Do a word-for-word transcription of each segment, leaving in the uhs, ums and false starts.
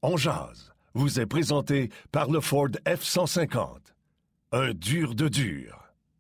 On jase vous est présenté par le Ford F cent cinquante. Un dur de dur.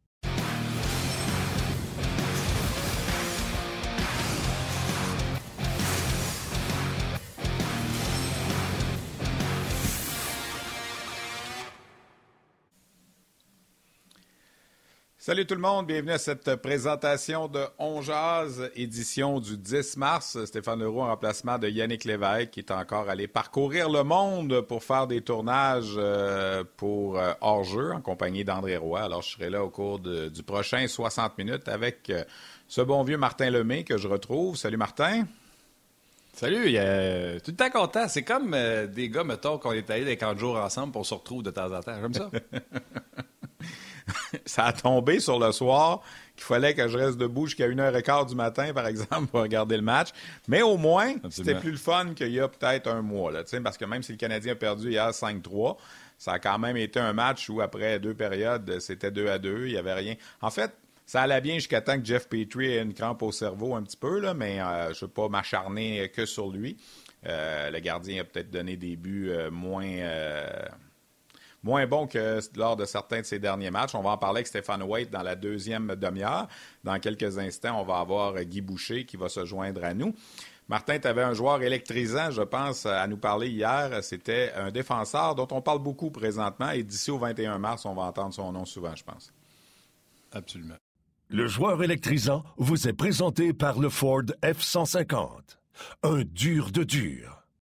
Salut tout le monde, bienvenue à cette présentation de On Jase, édition du dix mars. Stéphane Leroux en remplacement de Yannick Lévesque qui est encore allé parcourir le monde pour faire des tournages pour hors-jeu en compagnie d'André Roy. Alors je serai là au cours de, du prochain soixante minutes avec ce bon vieux Martin Lemay que je retrouve. Salut Martin. Salut, euh, tout le temps content. C'est comme euh, des gars, mettons, qu'on est allés des camps de jour ensemble pour on se retrouve de temps en temps. J'aime ça. Ça a tombé sur le soir qu'il fallait que je reste debout jusqu'à une heure quinze du matin, par exemple, pour regarder le match. Mais au moins, Absolument. C'était plus le fun qu'il y a peut-être un mois. Là, parce que même si le Canadien a perdu hier cinq trois, ça a quand même été un match où, après deux périodes, c'était deux à deux. Il n'y avait rien. En fait, ça allait bien jusqu'à temps que Jeff Petrie ait une crampe au cerveau un petit peu, là, mais euh, je ne veux pas m'acharner que sur lui. Euh, le gardien a peut-être donné des buts euh, moins... Euh, Moins bon que lors de certains de ses derniers matchs. On va en parler avec Stéphane Waite dans la deuxième demi-heure. Dans quelques instants, on va avoir Guy Boucher qui va se joindre à nous. Martin, tu avais un joueur électrisant, je pense, à nous parler hier. C'était un défenseur dont on parle beaucoup présentement. Et d'ici au vingt et un mars, on va entendre son nom souvent, je pense. Absolument. Le joueur électrisant vous est présenté par le Ford F cent cinquante. Un dur de dur.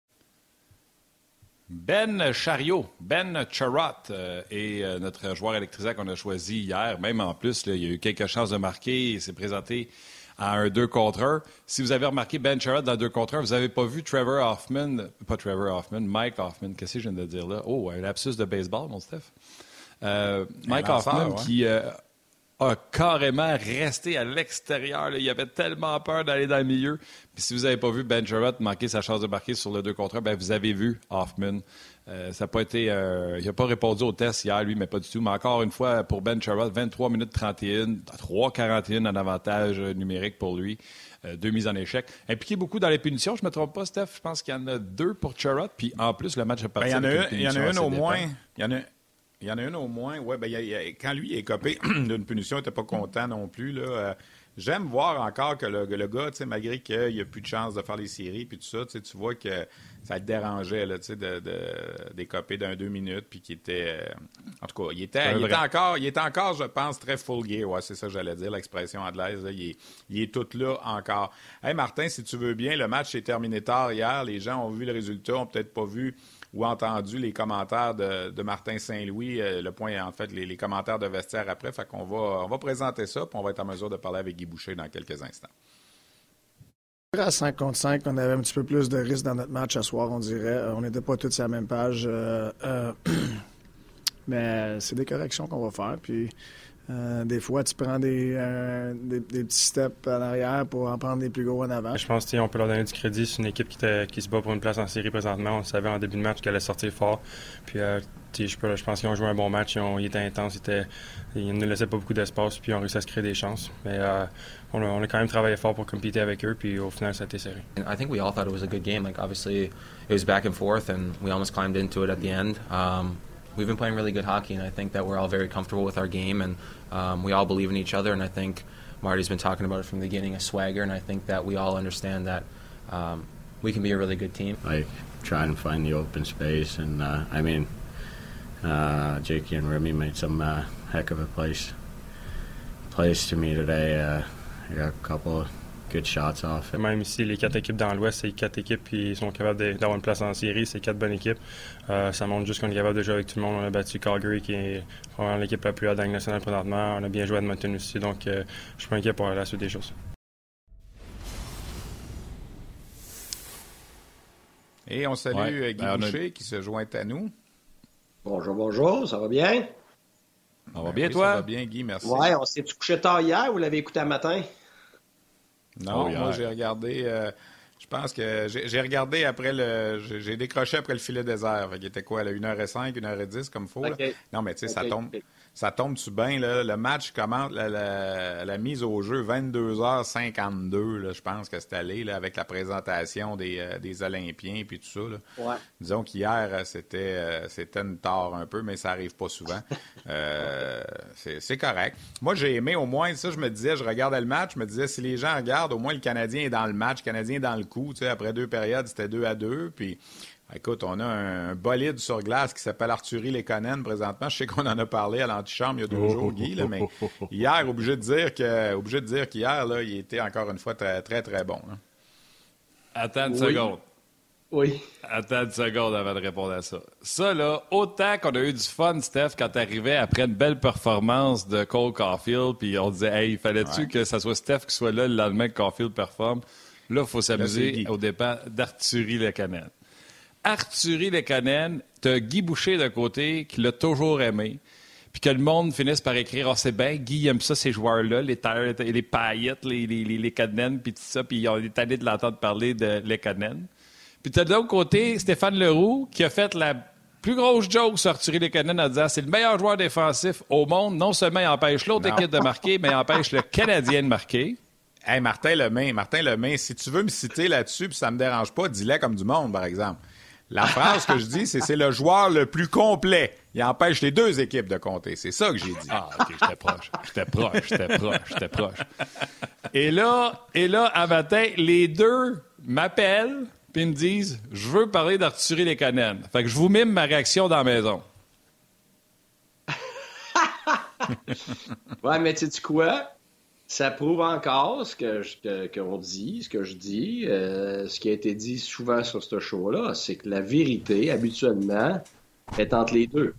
Ben Chariot, Ben Charrot euh, est euh, notre joueur électrisant qu'on a choisi hier. Même en plus, là, il y a eu quelques chances de marquer. Il s'est présenté à un deux contre un. Si vous avez remarqué Ben Charrot dans deux contre un, vous n'avez pas vu Trevor Hoffman, pas Trevor Hoffman, Mike Hoffman. Qu'est-ce que je viens de dire là? Oh, un lapsus de baseball, mon Steph. Euh, Mike Hoffman ouais. qui... Euh, a carrément resté à l'extérieur. Là. Il avait tellement peur d'aller dans le milieu. Puis si vous n'avez pas vu Ben Charrot manquer sa chance de marquer sur le deux contre un, ben vous avez vu Hoffman. Euh, ça n'a pas été... Euh, il n'a pas répondu au test hier, lui, mais pas du tout. Mais encore une fois, pour Ben Charrot, vingt-trois minutes trente et un, trois quarante et un en avantage numérique pour lui. Euh, deux mises en échec. Impliqué beaucoup dans les punitions, je ne me trompe pas, Steph. Je pense qu'il y en a deux pour Charrot. Puis en plus, le match est parti. Ben, il y en a une au moins. Il y en a Il y en a une au moins. Ouais, ben, il y a, il y a, quand lui est copé d'une punition, il n'était pas content non plus. Là. Euh, j'aime voir encore que le, le gars, malgré qu'il n'a plus de chance de faire les séries puis tout ça, tu vois que ça le dérangeait là, de, de, d'écoper d'un deux minutes puis qu'il était... Euh, en tout cas, il était, il était, encore, il était encore, je pense, très full gear. Ouais, c'est ça que j'allais dire, l'expression anglaise. Là, il, est, il est tout là encore. Hey Martin, si tu veux bien, le match s'est terminé tard hier. Les gens ont vu le résultat, n'ont peut-être pas vu... ou entendu les commentaires de, de Martin Saint-Louis, euh, le point, en fait, les, les commentaires de vestiaire après. Fait qu'on va, on va présenter ça, puis on va être en mesure de parler avec Guy Boucher dans quelques instants. À cinq contre cinq, on avait un petit peu plus de risque dans notre match ce soir, on dirait. On n'était pas tous sur la même page. Euh, euh, mais c'est des corrections qu'on va faire, puis... Euh, des fois, tu prends des, euh, des, des petits steps en arrière pour en prendre des plus gros en avant. Je pense qu'on peut leur donner du crédit. C'est une équipe qui, était, qui se bat pour une place en série présentement. On savait en début de match qu'elle allait sortir fort. Puis, euh, je, peux, je pense qu'ils ont joué un bon match. Ils, ont, ils étaient intenses. Ils, étaient, ils ne laissaient pas beaucoup d'espace. Puis, ils ont réussi à se créer des chances. Mais euh, on, a, on a quand même travaillé fort pour compéter avec eux. Puis, au final, ça a été serré. I think we all thought it was a good game. Like, obviously, it was back and forth, and we almost climbed into it at the end. Um, We've been playing really good hockey, and I think that we're all very comfortable with our game, and um, we all believe in each other, and I think Marty's been talking about it from the beginning, a swagger, and I think that we all understand that um, we can be a really good team. Like, trying to find the open space, and, uh, I mean, uh, Jakey and Remy made some uh, heck of a place, place to me today. Uh, I got a couple of good shots off. Même ici, les quatre équipes dans l'Ouest, c'est quatre équipes qui sont capables de, d'avoir une place en série. C'est quatre bonnes équipes. Euh, ça montre juste qu'on est capable de jouer avec tout le monde. On a battu Calgary, qui est probablement l'équipe la plus haute dans la Ligue nationale présentement. On a bien joué à Edmonton aussi, donc euh, je suis pas inquiet pour la suite des choses. Et on salue ouais, Guy ben Boucher a... qui se joint à nous. Bonjour, bonjour, ça va bien? Ça va bien, ben, toi? Ça va bien, Guy, merci. Ouais, on s'est-tu couché tard hier ou vous l'avez écouté un matin? Non, oh, moi, j'ai regardé, euh, Je pense que j'ai, j'ai regardé après le... J'ai, j'ai décroché après le filet désert. Fait qu'il était quoi, là, une heure cinq, une heure dix, comme il faut. Okay. Là. Non, mais tu sais, okay. ça tombe... Ça tombe-tu bien, là? Le match commence, la, la, la mise au jeu, vingt-deux heures cinquante-deux, là, je pense que c'est allé, là, avec la présentation des, euh, des Olympiens et tout ça. Là. Ouais. Disons qu'hier, c'était, euh, c'était une tare un peu, mais ça arrive pas souvent. Euh, c'est, c'est correct. Moi, j'ai aimé au moins, ça, je me disais, je regardais le match, je me disais, si les gens regardent, au moins le Canadien est dans le match, le Canadien est dans le coup. Tu sais, après deux périodes, c'était deux à deux, puis... Écoute, on a un, un bolide sur glace qui s'appelle Arthurie Lekonen présentement. Je sais qu'on en a parlé à l'antichambre il y a deux oh, jours, Guy, là, mais hier, obligé de dire que, obligé de dire qu'hier, là, il était encore une fois très, très, très bon. Hein. Attends une oui. seconde. Oui. Attends une seconde avant de répondre à ça. Ça, là, autant qu'on a eu du fun, Steph, quand t'arrivais après une belle performance de Cole Caulfield, puis on disait, hey, fallait-tu ouais. que ça soit Steph qui soit là le lendemain que Caulfield performe? Là, il faut s'amuser au dépens d'Arthurie Lekonen. Arthurie Lekonen, t'as Guy Boucher de côté qui l'a toujours aimé, puis que le monde finisse par écrire « Ah, oh, c'est bien, Guy aime ça, ces joueurs-là, les Tyler, les Payet, les, les, les Lekonen, puis tout ça, puis on est allé de l'entendre parler de Lekonen. » Puis t'as de l'autre côté Stéphane Leroux qui a fait la plus grosse joke sur Arthurie Lekonen en disant « C'est le meilleur joueur défensif au monde, non seulement il empêche l'autre non. équipe de marquer, mais il empêche le Canadien de marquer. » Hey, Martin Lemay, Martin Lemay, si tu veux me citer là-dessus, puis ça me dérange pas, dis-le comme du monde, par exemple. La phrase que je dis, c'est c'est le joueur le plus complet. Il empêche les deux équipes de compter. C'est ça que j'ai dit. Ah, OK, j'étais proche. J'étais proche, j'étais proche, j'étais proche. Et là, et là, à matin, les deux m'appellent puis me disent « Je veux parler d'Arthurie Lekonen. » Fait que je vous mime ma réaction dans la maison. Ouais, mais tu sais quoi? Ça prouve encore ce que je, que, qu'on dit, ce que je dis, euh, ce qui a été dit souvent sur ce show-là, c'est que la vérité, habituellement, est entre les deux.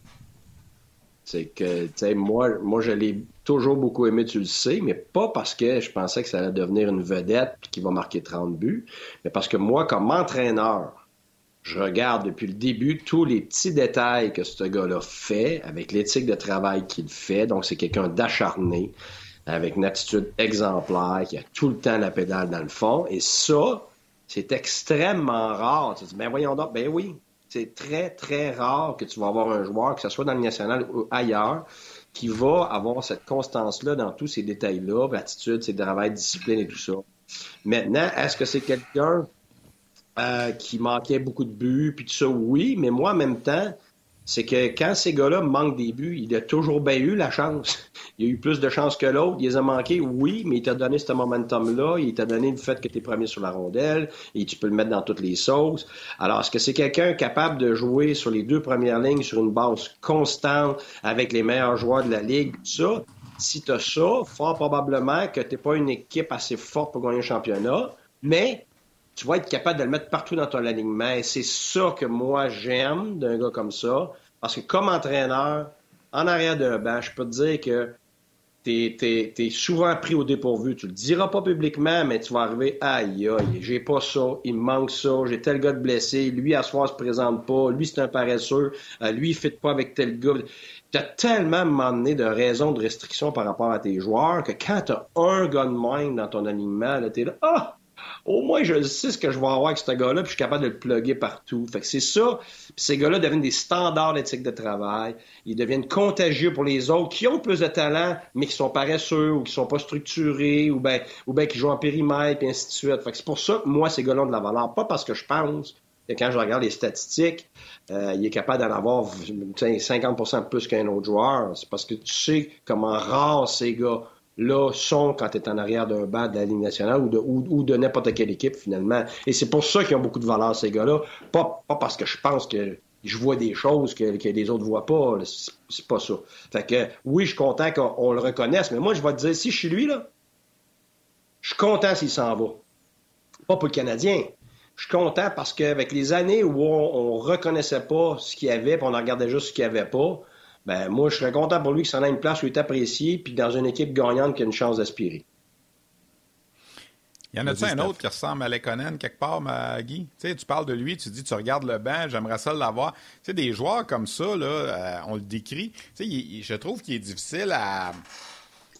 C'est que, tu sais, moi, moi, je l'ai toujours beaucoup aimé, tu le sais, mais pas parce que je pensais que ça allait devenir une vedette et qu'il va marquer trente buts, mais parce que moi, comme entraîneur, je regarde depuis le début tous les petits détails que ce gars-là fait, avec l'éthique de travail qu'il fait, donc c'est quelqu'un d'acharné, avec une attitude exemplaire, qui a tout le temps la pédale dans le fond. Et ça, c'est extrêmement rare. Tu te dis, ben voyons donc, ben oui, c'est très, très rare que tu vas avoir un joueur, que ce soit dans le national ou ailleurs, qui va avoir cette constance-là dans tous ces détails-là, l'attitude, c'est travail, discipline et tout ça. Maintenant, est-ce que c'est quelqu'un euh, qui manquait beaucoup de buts, puis tout ça? Oui, mais moi, en même temps, c'est que quand ces gars-là manquent des buts, il a toujours bien eu la chance. Il a eu plus de chance que l'autre. Il les a manqués, oui, mais il t'a donné ce momentum-là. Il t'a donné le fait que tu es premier sur la rondelle et tu peux le mettre dans toutes les sauces. Alors, est-ce que c'est quelqu'un capable de jouer sur les deux premières lignes sur une base constante avec les meilleurs joueurs de la Ligue, tout ça? Si tu as ça, fort probablement que tu n'es pas une équipe assez forte pour gagner un championnat, mais tu vas être capable de le mettre partout dans ton alignement. Et c'est ça que moi, j'aime d'un gars comme ça. Parce que comme entraîneur, en arrière d'un banc, je peux te dire que t'es, t'es, t'es souvent pris au dépourvu. Tu le diras pas publiquement, mais tu vas arriver, aïe, aïe, j'ai pas ça, il me manque ça, j'ai tel gars de blessé, lui, à ce soir, se présente pas, lui, c'est un paresseux, euh, lui, il fit pas avec tel gars. T'as tellement, à un moment donné, de raisons, de restrictions par rapport à tes joueurs que quand t'as un gars de même dans ton alignement, là, t'es là, ah! Au moins, je sais ce que je vais avoir avec ce gars-là, puis je suis capable de le plugger partout. Fait que c'est ça. Puis ces gars-là deviennent des standards d'éthique de travail. Ils deviennent contagieux pour les autres qui ont plus de talent, mais qui sont paresseux ou qui sont pas structurés ou bien ou ben qui jouent en périmètre, et ainsi de suite. Fait que c'est pour ça que moi, ces gars-là ont de la valeur. Pas parce que je pense que quand je regarde les statistiques, euh, il est capable d'en avoir cinquante pour cent plus qu'un autre joueur. C'est parce que tu sais comment rares ces gars là sont quand tu es en arrière d'un banc de la Ligue nationale ou de, ou, ou de n'importe quelle équipe, finalement. Et c'est pour ça qu'ils ont beaucoup de valeur, ces gars-là. Pas, pas parce que je pense que je vois des choses que, que les autres voient pas. C'est, c'est pas ça. Fait que, oui, je suis content qu'on on le reconnaisse, mais moi, je vais te dire, si je suis lui, là, je suis content s'il s'en va. Pas pour le Canadien. Je suis content parce qu'avec les années où on, on reconnaissait pas ce qu'il y avait, puis on regardait juste ce qu'il y avait pas, ben moi, je serais content pour lui qu'il s'en ait une place où il est apprécié, puis dans une équipe gagnante qui a une chance d'aspirer. Y en a-tu un autre qui ressemble à Lekonen quelque part, ma Guy? Tu sais, tu parles de lui, tu dis, tu regardes le banc, j'aimerais ça l'avoir. Tu sais, des joueurs comme ça, là, euh, on le décrit. Tu sais, je trouve qu'il est difficile à...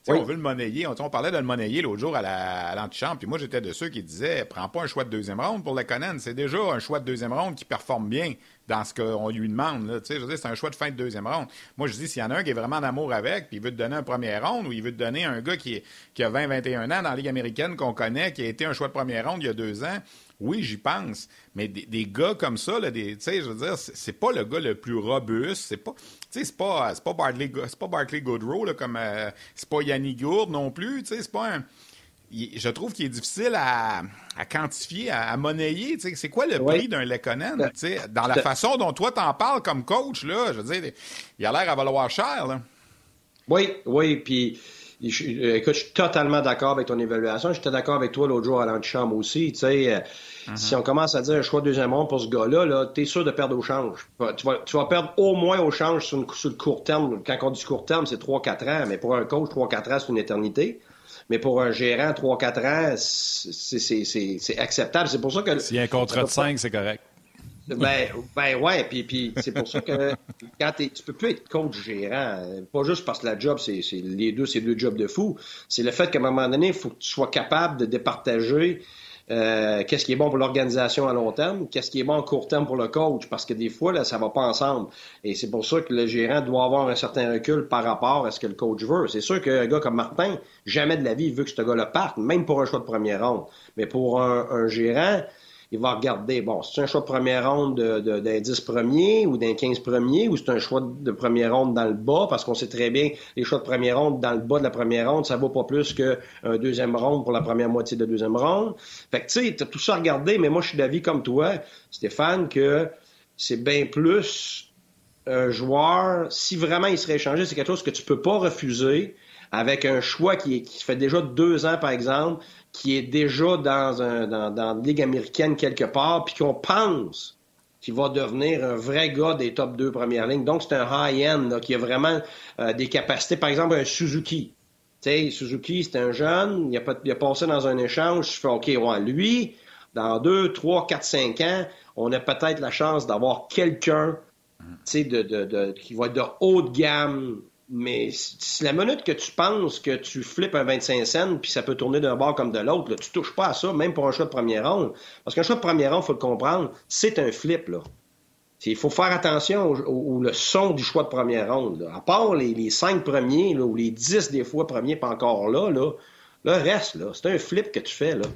Oui. On veut le monnayer. On, on parlait de le monnayer l'autre jour à, la, à l'antichambre, puis moi, j'étais de ceux qui disaient « Prends pas un choix de deuxième ronde pour Lekonen. C'est déjà un choix de deuxième ronde qui performe bien dans ce qu'on lui demande. Là. Je veux dire, c'est un choix de fin de deuxième ronde. Moi, je dis, s'il y en a un qui est vraiment en amour avec, puis il veut te donner un premier ronde, ou il veut te donner un gars qui, est, qui a vingt, vingt et un ans dans la Ligue américaine qu'on connaît, qui a été un choix de première ronde il y a deux ans, oui, j'y pense. Mais des, des gars comme ça, là, des, je veux dire, c'est, c'est pas le gars le plus robuste. C'est pas, c'est pas, c'est pas Barclay, c'est pas Barclay Goodrow, là, comme euh, c'est pas Yannick Gourde non plus. C'est pas un. Il, je trouve qu'il est difficile à, à quantifier, à, à monnayer. T'sais. C'est quoi le oui. prix d'un Lekonen? T'sais, dans la façon dont toi t'en parles comme coach, là, je veux dire, il a l'air à valoir cher. Là. Oui, oui, puis je, écoute, je suis totalement d'accord avec ton évaluation. J'étais d'accord avec toi l'autre jour à l'antichambre aussi. Tu sais, uh-huh. Si on commence à dire un choix de deuxième ronde pour ce gars-là, -là, t'es sûr de perdre au change. Tu vas, tu vas perdre au moins au change sur, une, sur le court terme. Quand on dit court terme, c'est trois quatre ans, mais pour un coach, trois quatre ans, c'est une éternité. Mais pour un gérant, trois quatre ans, c'est, c'est, c'est, c'est acceptable. C'est pour ça que... S'il y a un contrat de cinq, c'est correct. Ben, ben ouais, puis, puis c'est pour ça que quand t'es, tu peux plus être coach gérant, pas juste parce que la job, c'est, c'est les deux, c'est deux jobs de fou. C'est le fait qu'à un moment donné, il faut que tu sois capable de départager euh, qu'est-ce qui est bon pour l'organisation à long terme, qu'est-ce qui est bon à court terme pour le coach, parce que des fois, là, ça va pas ensemble. Et c'est pour ça que le gérant doit avoir un certain recul par rapport à ce que le coach veut. C'est sûr qu'un gars comme Martin, jamais de la vie, il veut que ce gars-là parte, même pour un choix de première ronde. Mais pour un, un gérant, il va regarder, bon, c'est un choix de première ronde de, de, d'un dix premiers ou d'un quinze premiers, ou c'est un choix de première ronde dans le bas, parce qu'on sait très bien, les choix de première ronde dans le bas de la première ronde, ça vaut pas plus qu'un deuxième ronde pour la première moitié de deuxième ronde. Fait que, tu sais, t'as tout ça à regarder, mais moi, je suis d'avis comme toi, Stéphane, que c'est bien plus un joueur, si vraiment il serait échangé, c'est quelque chose que tu peux pas refuser, avec un choix qui, est, qui fait déjà deux ans, par exemple, qui est déjà dans, un, dans, dans la Ligue américaine quelque part, puis qu'on pense qu'il va devenir un vrai gars des top deux premières lignes. Donc, c'est un high-end là, qui a vraiment euh, des capacités. Par exemple, un Suzuki. Tu sais, Suzuki, c'est un jeune, il a, il a passé dans un échange, je fais OK, ouais, lui, dans deux, trois, quatre, cinq ans, on a peut-être la chance d'avoir quelqu'un, tu sais, de, de, de, qui va être de haut de gamme. Mais si la minute que tu penses que tu flippes un vingt-cinq cents puis ça peut tourner d'un bord comme de l'autre, là, tu touches pas à ça, même pour un choix de première ronde. Parce qu'un choix de première ronde, il faut le comprendre, c'est un flip. Là. Il faut faire attention au, au, au le son du choix de première ronde. Là. À part les, les cinq premiers, là, ou les dix des fois premiers, pas encore là, là, le reste, là, c'est un flip que tu fais. Là.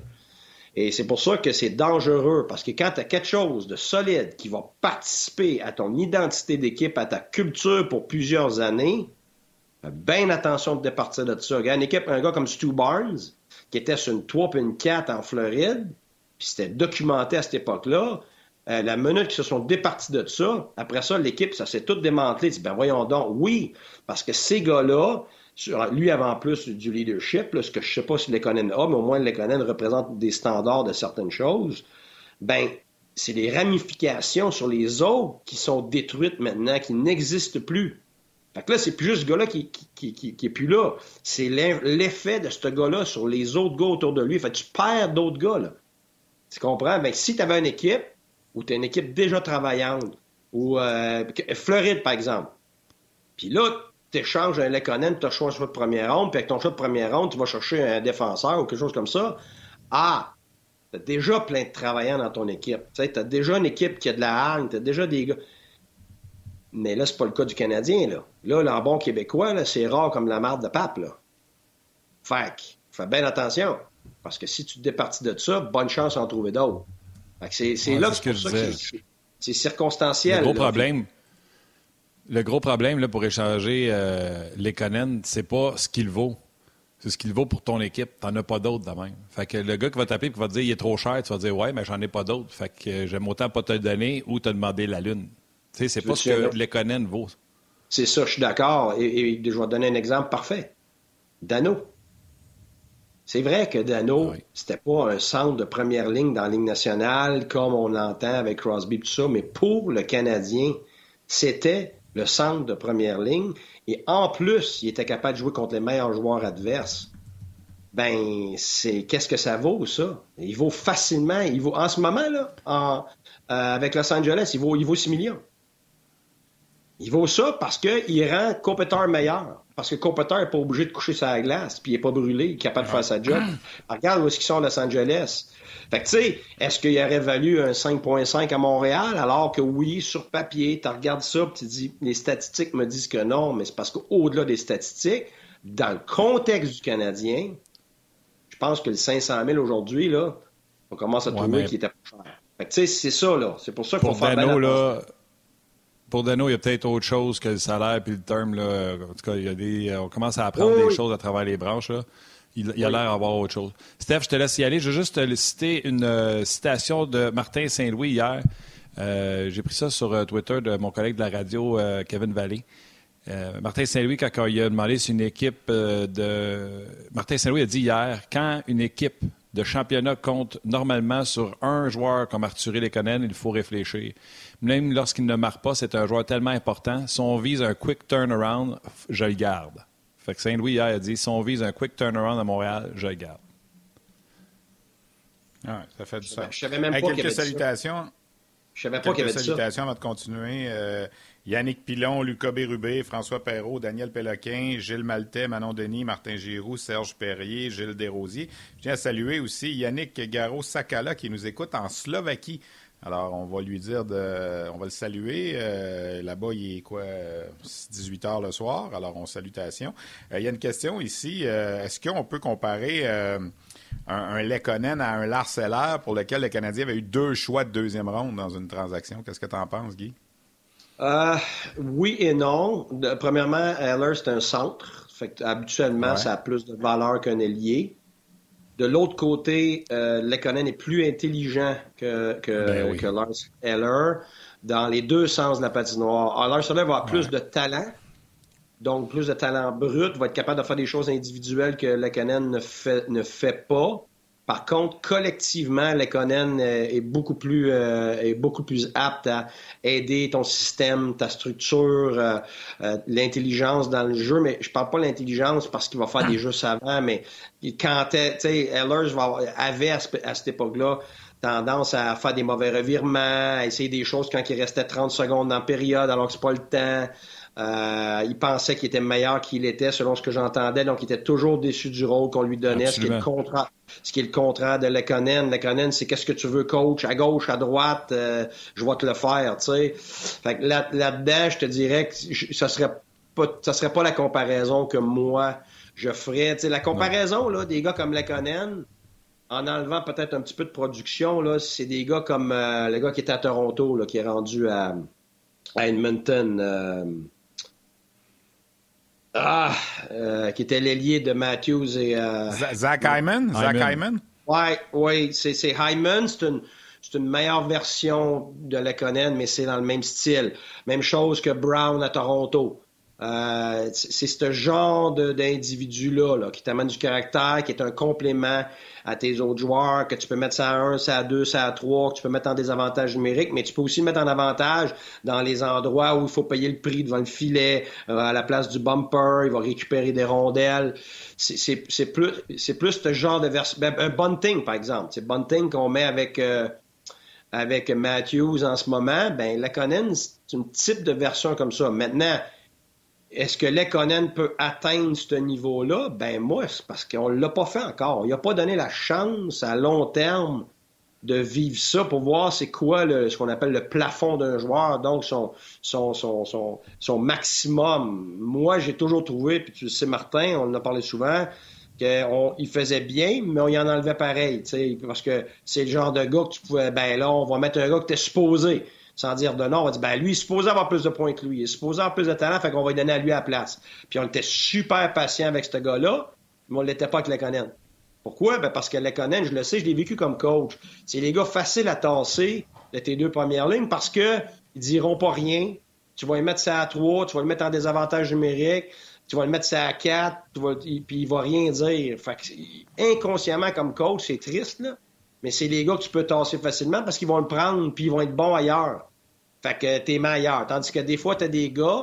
Et c'est pour ça que c'est dangereux, parce que quand tu as quelque chose de solide qui va participer à ton identité d'équipe, à ta culture pour plusieurs années, fais bien attention de départir de ça. Regarde, une équipe, un gars comme Stu Barnes, qui était sur une trois puis une quatre en Floride, puis c'était documenté à cette époque-là, euh, la minute qu'ils se sont départis de ça, après ça, l'équipe, ça s'est tout démantelé. Il dit, ben voyons donc, oui, parce que ces gars-là, lui avait en plus du leadership, là, ce que je sais pas si Lekonen a, mais au moins Lekonen représente des standards de certaines choses, ben c'est des ramifications sur les autres qui sont détruites maintenant, qui n'existent plus. Fait que là, c'est plus juste ce gars-là qui, qui, qui, qui est plus là. C'est l'effet de ce gars-là sur les autres gars autour de lui. Fait que tu perds d'autres gars, là. Tu comprends? Ben, si tu avais une équipe, ou tu as une équipe déjà travaillante, ou euh, Floride, par exemple, puis là, tu échanges un Lekonen, tu as choix de première ronde, puis avec ton choix de première ronde, tu vas chercher un défenseur ou quelque chose comme ça. Ah! Tu as déjà plein de travaillants dans ton équipe. Tu sais, tu as déjà une équipe qui a de la hargne, tu as déjà des gars... Mais là, c'est pas le cas du Canadien, là. Là, là en bon québécois, là, c'est rare comme la marde de pape, là. Fait que, fais bien attention. Parce que si tu te départis de ça, bonne chance à en trouver d'autres. Fait que c'est, c'est ouais, là c'est pour ça que c'est, c'est circonstanciel. Le gros là, problème, le gros problème là, pour échanger euh, Lekonen, c'est pas ce qu'il vaut. C'est ce qu'il vaut pour ton équipe. T'en as pas d'autres de même. Fait que le gars qui va t'appeler et qui va te dire il est trop cher, tu vas dire ouais, mais j'en ai pas d'autres. Fait que j'aime autant pas te le donner ou te demander la lune. Tu sais, c'est pas ce que Lekonen vaut. C'est ça, je suis d'accord. Et, et je vais te donner un exemple parfait. Dano. C'est vrai que Dano, oui. C'était pas un centre de première ligne dans la Ligue nationale comme on l'entend avec Crosby et tout ça, mais pour le Canadien, c'était le centre de première ligne. Et en plus, il était capable de jouer contre les meilleurs joueurs adverses. Ben, c'est qu'est-ce que ça vaut, ça? Il vaut facilement, il vaut en ce moment, là, en, euh, avec Los Angeles, il vaut, il vaut six millions. Il vaut ça parce qu'il rend compétiteur meilleur. parce que Kopitar n'est pas obligé de coucher sur la glace, puis il n'est pas brûlé, il est capable de faire sa job. Regarde où est-ce qu'ils sont à Los Angeles. Fait que, tu sais, est-ce qu'il aurait valu un cinq virgule cinq à Montréal, alors que oui, sur papier, tu regardes ça, puis tu dis, les statistiques me disent que non, mais c'est parce qu'au-delà des statistiques, dans le contexte du Canadien, je pense que le cinq cent mille aujourd'hui, là, on commence à ouais, trouver mais... qu'il était pas cher. Fait que, tu sais, c'est ça, là. C'est pour ça qu'il faut faire Dano, là, pour Dano, il y a peut-être autre chose que le salaire puis le terme, là. En tout cas, il y a des, on commence à apprendre oui, des oui. choses à travers les branches, là. Il, il a oui. l'air d'avoir autre chose. Steph, je te laisse y aller. Je veux juste te citer une euh, citation de Martin Saint-Louis hier. Euh, j'ai pris ça sur euh, Twitter de mon collègue de la radio, euh, Kevin Vallée. Euh, Martin Saint-Louis, quand, quand il a demandé si une équipe euh, de... Martin Saint-Louis a dit hier, quand une équipe de championnat compte normalement sur un joueur comme Artturi Lehkonen, il faut réfléchir. Même lorsqu'il ne marque pas, c'est un joueur tellement important. Si on vise un quick turnaround, je le garde. Fait que Saint-Louis hier a dit, si on vise un quick turnaround à Montréal, je le garde. Ah, ça fait du sens. Je savais même hey, pas quelques qu'il y avait salutations. Ça. Je savais pas qu'il y avait Quelques salutations avant de continuer. Euh, Yannick Pilon, Lucas Bérubé, François Perrault, Daniel Péloquin, Gilles Maltais, Manon Denis, Martin Giroux, Serge Perrier, Gilles Desrosiers. Je tiens à saluer aussi Yannick Garo-Sakala qui nous écoute en Slovaquie. Alors, on va lui dire de... On va le saluer. Euh, là-bas, il est quoi? dix-huit heures le soir. Alors, on salutations. Euh, il y a une question ici. Euh, est-ce qu'on peut comparer euh, un, un Lehkonen à un Lars Eller pour lequel le Canadien avait eu deux choix de deuxième ronde dans une transaction? Qu'est-ce que tu en penses, Guy? Euh, oui et non. De, premièrement, Eller, c'est un centre. Fait que, habituellement, ouais. ça a plus de valeur qu'un ailier. De l'autre côté, euh, Lehkonen est plus intelligent que, que, ben oui. que Lars Eller dans les deux sens de la patinoire. Alors, Lars Eller va avoir ouais. plus de talent, donc plus de talent brut, va être capable de faire des choses individuelles que Lehkonen ne fait, ne fait pas. Par contre, collectivement, Lehkonen est beaucoup plus euh, est beaucoup plus apte à aider ton système, ta structure, euh, euh, l'intelligence dans le jeu. Mais je parle pas de l'intelligence parce qu'il va faire des jeux savants, mais quand tu sais, Ehlers avait à, à cette époque-là tendance à faire des mauvais revirements, à essayer des choses quand il restait trente secondes dans la période, alors que c'est pas le temps. Euh, il pensait qu'il était meilleur qu'il était, selon ce que j'entendais. Donc, il était toujours déçu du rôle qu'on lui donnait, ce qui est le contraire, ce qui est le contraire de Lehkonen. Lehkonen, c'est qu'est-ce que tu veux, coach, à gauche, à droite, euh, je vais te le faire, tu sais. Fait que là, là-dedans, je te dirais que je, ça serait pas, ça serait pas la comparaison que moi je ferais. Tu sais, la comparaison là des gars comme Lehkonen, en enlevant peut-être un petit peu de production, là, c'est des gars comme euh, le gars qui était à Toronto, là, qui est rendu à, à Edmonton. Euh, Ah, euh, qui était l'ailier de Matthews et... Euh... Zach Hyman? Zach Hyman? Oui, oui, c'est, c'est Hyman, c'est une, c'est une meilleure version de Lehkonen, mais c'est dans le même style. Même chose que Brown à Toronto. Euh, c'est, c'est ce genre de, d'individu-là là, qui t'amène du caractère, qui est un complément à tes autres joueurs, que tu peux mettre ça à un, ça à deux, ça à trois, que tu peux mettre en désavantage numérique, mais tu peux aussi le mettre en avantage dans les endroits où il faut payer le prix devant le filet, euh, à la place du bumper, il va récupérer des rondelles. C'est, c'est, c'est plus c'est plus ce genre de version. Ben, un bunting, par exemple. C'est bunting qu'on met avec euh, avec Matthews en ce moment. Ben, Lehkonen, c'est un type de version comme ça. Maintenant, est-ce que Lehkonen peut atteindre ce niveau-là? Ben moi, c'est parce qu'on ne l'a pas fait encore. Il n'a pas donné la chance à long terme de vivre ça pour voir c'est quoi le, ce qu'on appelle le plafond d'un joueur, donc son, son, son, son, son maximum. Moi, j'ai toujours trouvé, puis tu le sais, Martin, on en a parlé souvent, qu'il faisait bien, mais on y en enlevait pareil, parce que c'est le genre de gars que tu pouvais, ben là, on va mettre un gars que tu es supposé. Sans dire de non, on va dire, ben lui, il est supposé avoir plus de points que lui, il est supposé avoir plus de talent, fait qu'on va lui donner à lui à la place. Puis on était super patient avec ce gars-là, mais on ne l'était pas avec Lehkonen. Pourquoi? Ben parce que Lehkonen, je le sais, je l'ai vécu comme coach. C'est les gars faciles à tasser de tes deux premières lignes parce que ils diront pas rien. Tu vas lui mettre ça à trois, tu vas le mettre en désavantage numérique, tu vas le mettre ça à quatre, tu vas, puis il va rien dire. Fait que, inconsciemment, comme coach, c'est triste, là. Mais c'est les gars que tu peux tasser facilement parce qu'ils vont le prendre puis ils vont être bons ailleurs. Fait que t'es meilleur. Tandis que des fois, t'as des gars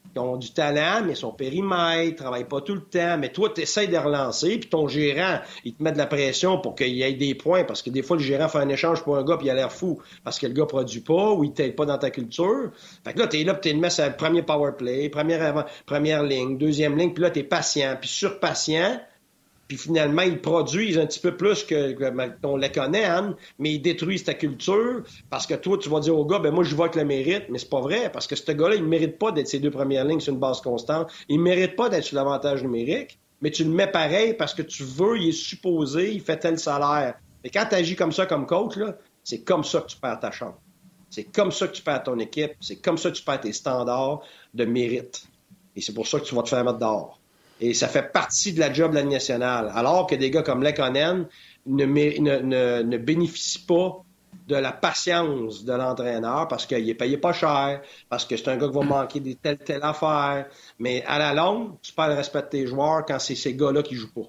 qui ont du talent, mais son périmètre, ne travaillent pas tout le temps. Mais toi, tu essaies de relancer, puis ton gérant, il te met de la pression pour qu'il y ait des points, parce que des fois, le gérant fait un échange pour un gars, puis il a l'air fou, parce que le gars produit pas, ou il t'aide pas dans ta culture. Fait que là, t'es là, puis t'es le mettre sur le premier power play, première, première ligne, deuxième ligne, puis là, t'es patient, puis surpatient. Puis finalement, ils produisent un petit peu plus que, que on les connaît, Anne, mais ils détruisent ta culture parce que toi, tu vas dire au gars, ben moi, je vois que le mérite, mais c'est pas vrai parce que ce gars-là, il ne mérite pas d'être ses deux premières lignes sur une base constante. Il ne mérite pas d'être sur l'avantage numérique, mais tu le mets pareil parce que tu veux, il est supposé, il fait tel salaire. Et quand tu agis comme ça comme coach, là, c'est comme ça que tu perds ta chance. C'est comme ça que tu perds ton équipe. C'est comme ça que tu perds tes standards de mérite. Et c'est pour ça que tu vas te faire mettre dehors. Et ça fait partie de la job de la Ligue nationale. Alors que des gars comme Lekkonen ne, ne, ne, ne bénéficient pas de la patience de l'entraîneur parce qu'il est payé pas cher, parce que c'est un gars qui va manquer de telle, telle affaire. Mais à la longue, tu perds le respect de tes joueurs quand c'est ces gars-là qui jouent pas.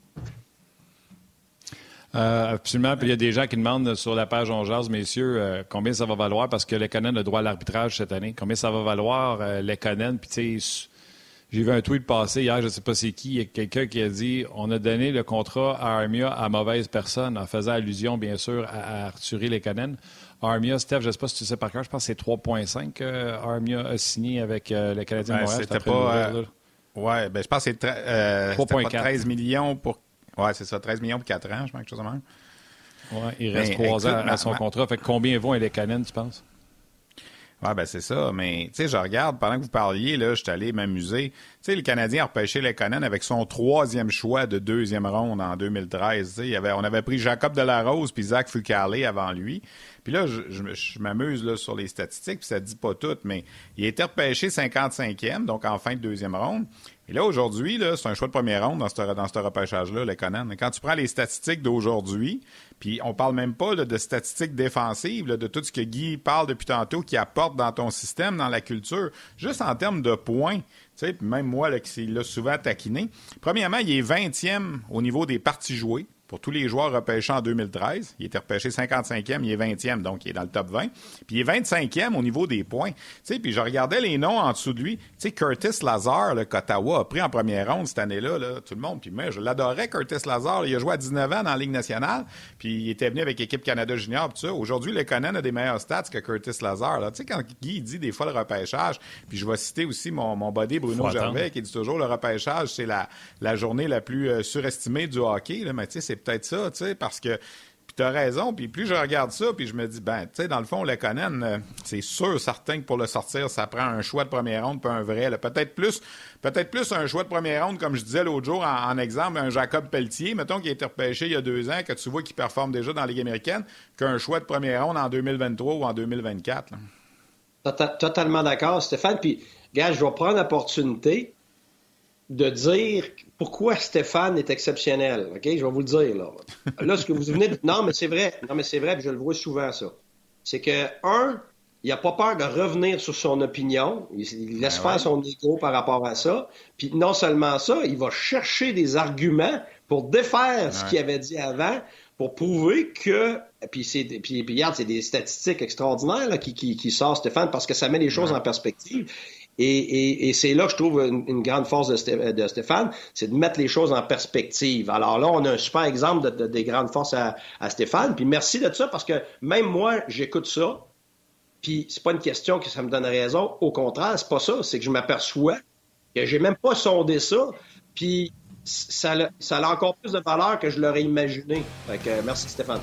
Euh, absolument. Puis il y a des gens qui demandent sur la page On Jase, messieurs, euh, combien ça va valoir parce que Lekkonen a droit à l'arbitrage cette année. Combien ça va valoir, euh, Lekkonen? Puis tu sais, j'ai vu un tweet passer hier, je ne sais pas c'est qui, il y a quelqu'un qui a dit « On a donné le contrat à Armia à mauvaise personne », en faisant allusion, bien sûr, à, à Arthurie Lekkonen. Armia, Steph, je ne sais pas si tu sais par cœur, je pense que c'est trois virgule cinq que euh, Armia a signé avec euh, le Canadien de ben, Montréal. C'était pas... Euh, ouais, ben je pense que c'est tra- euh, c'était pas treize millions pour... Ouais, c'est ça, treize millions pour quatre ans, je pense, quelque chose de même. Ouais, il reste trois ans à son ma... contrat. Fait que combien vaut un Lekkonen, tu penses? Oui, ben c'est ça. Mais, tu sais, je regarde, pendant que vous parliez, là, je suis allé m'amuser. Tu sais, le Canadien a repêché Lekkonen avec son troisième choix de deuxième ronde en deux mille treize. Tu sais, il y avait, on avait pris Jacob Delarose puis Zach Fucale avant lui. Puis là, je, je, je m'amuse là, sur les statistiques, puis ça ne dit pas tout, mais il a été repêché cinquante-cinquième, donc en fin de deuxième ronde. Et là, aujourd'hui, là, c'est un choix de première ronde dans ce, dans ce repêchage-là, Lekkonen. Mais quand tu prends les statistiques d'aujourd'hui, puis on parle même pas là, de statistiques défensives, là, de tout ce que Guy parle depuis tantôt, qui apporte dans ton système, dans la culture, juste en termes de points. Tu sais, même moi, là, qui l'a souvent taquiné. Premièrement, il est vingtième au niveau des parties jouées. Pour tous les joueurs repêchés en deux mille treize, il était repêché cinquante-cinquième, il est vingtième, donc il est dans le top vingt. Puis il est vingt-cinquième au niveau des points. Tu sais, puis je regardais les noms en dessous de lui. Tu sais, Curtis Lazar, le qu'Ottawa a pris en première ronde cette année-là, là, tout le monde. Puis moi, je l'adorais, Curtis Lazar. Là, il a joué à dix-neuf ans dans la Ligue nationale, puis il était venu avec l'équipe Canada Junior, puis tout ça. Aujourd'hui, Lekkonen a des meilleurs stats que Curtis Lazar. Tu sais, quand Guy dit des fois le repêchage, puis je vais citer aussi mon, mon buddy Bruno Gervais, qui dit toujours le repêchage, c'est la, la journée la plus euh, surestimée du hockey. Là, mais tu sais, c'est peut-être ça, tu sais, parce que puis t'as raison, puis plus je regarde ça, puis je me dis, ben, tu sais, dans le fond, Lekkonen, euh, c'est sûr, certain que pour le sortir, ça prend un choix de première ronde, pas un vrai, là. Peut-être plus, peut-être plus un choix de première ronde, comme je disais l'autre jour, en, en exemple, un Jacob Pelletier, mettons, qui a été repêché il y a deux ans, que tu vois qu'il performe déjà dans la Ligue américaine, qu'un choix de première ronde en deux mille vingt-trois ou en deux mille vingt-quatre, là. Totalement d'accord, Stéphane, puis, gars, je vais prendre l'opportunité de dire pourquoi Stéphane est exceptionnel. OK? Je vais vous le dire, là. Là, ce que vous venez de... Non, mais c'est vrai. Non, mais c'est vrai, puis je le vois souvent, ça. C'est que, un, il n'a pas peur de revenir sur son opinion. Il, il laisse ben faire ouais. son ego par rapport à ça. Puis non seulement ça, il va chercher des arguments pour défaire ouais. ce qu'il avait dit avant, pour prouver que... Puis, c'est, puis, puis regarde, c'est des statistiques extraordinaires là, qui, qui, qui sortent, Stéphane, parce que ça met les choses ouais. en perspective. Et, et, et c'est là que je trouve une, une grande force de, Sté, de Stéphane, c'est de mettre les choses en perspective. Alors là, on a un super exemple de, de, des grandes forces à, à Stéphane. Puis merci de ça, parce que même moi, j'écoute ça. Puis c'est pas une question que ça me donne raison. Au contraire, c'est pas ça. C'est que je m'aperçois que j'ai même pas sondé ça. Puis ça, ça a encore plus de valeur que je l'aurais imaginé. Fait que merci Stéphane.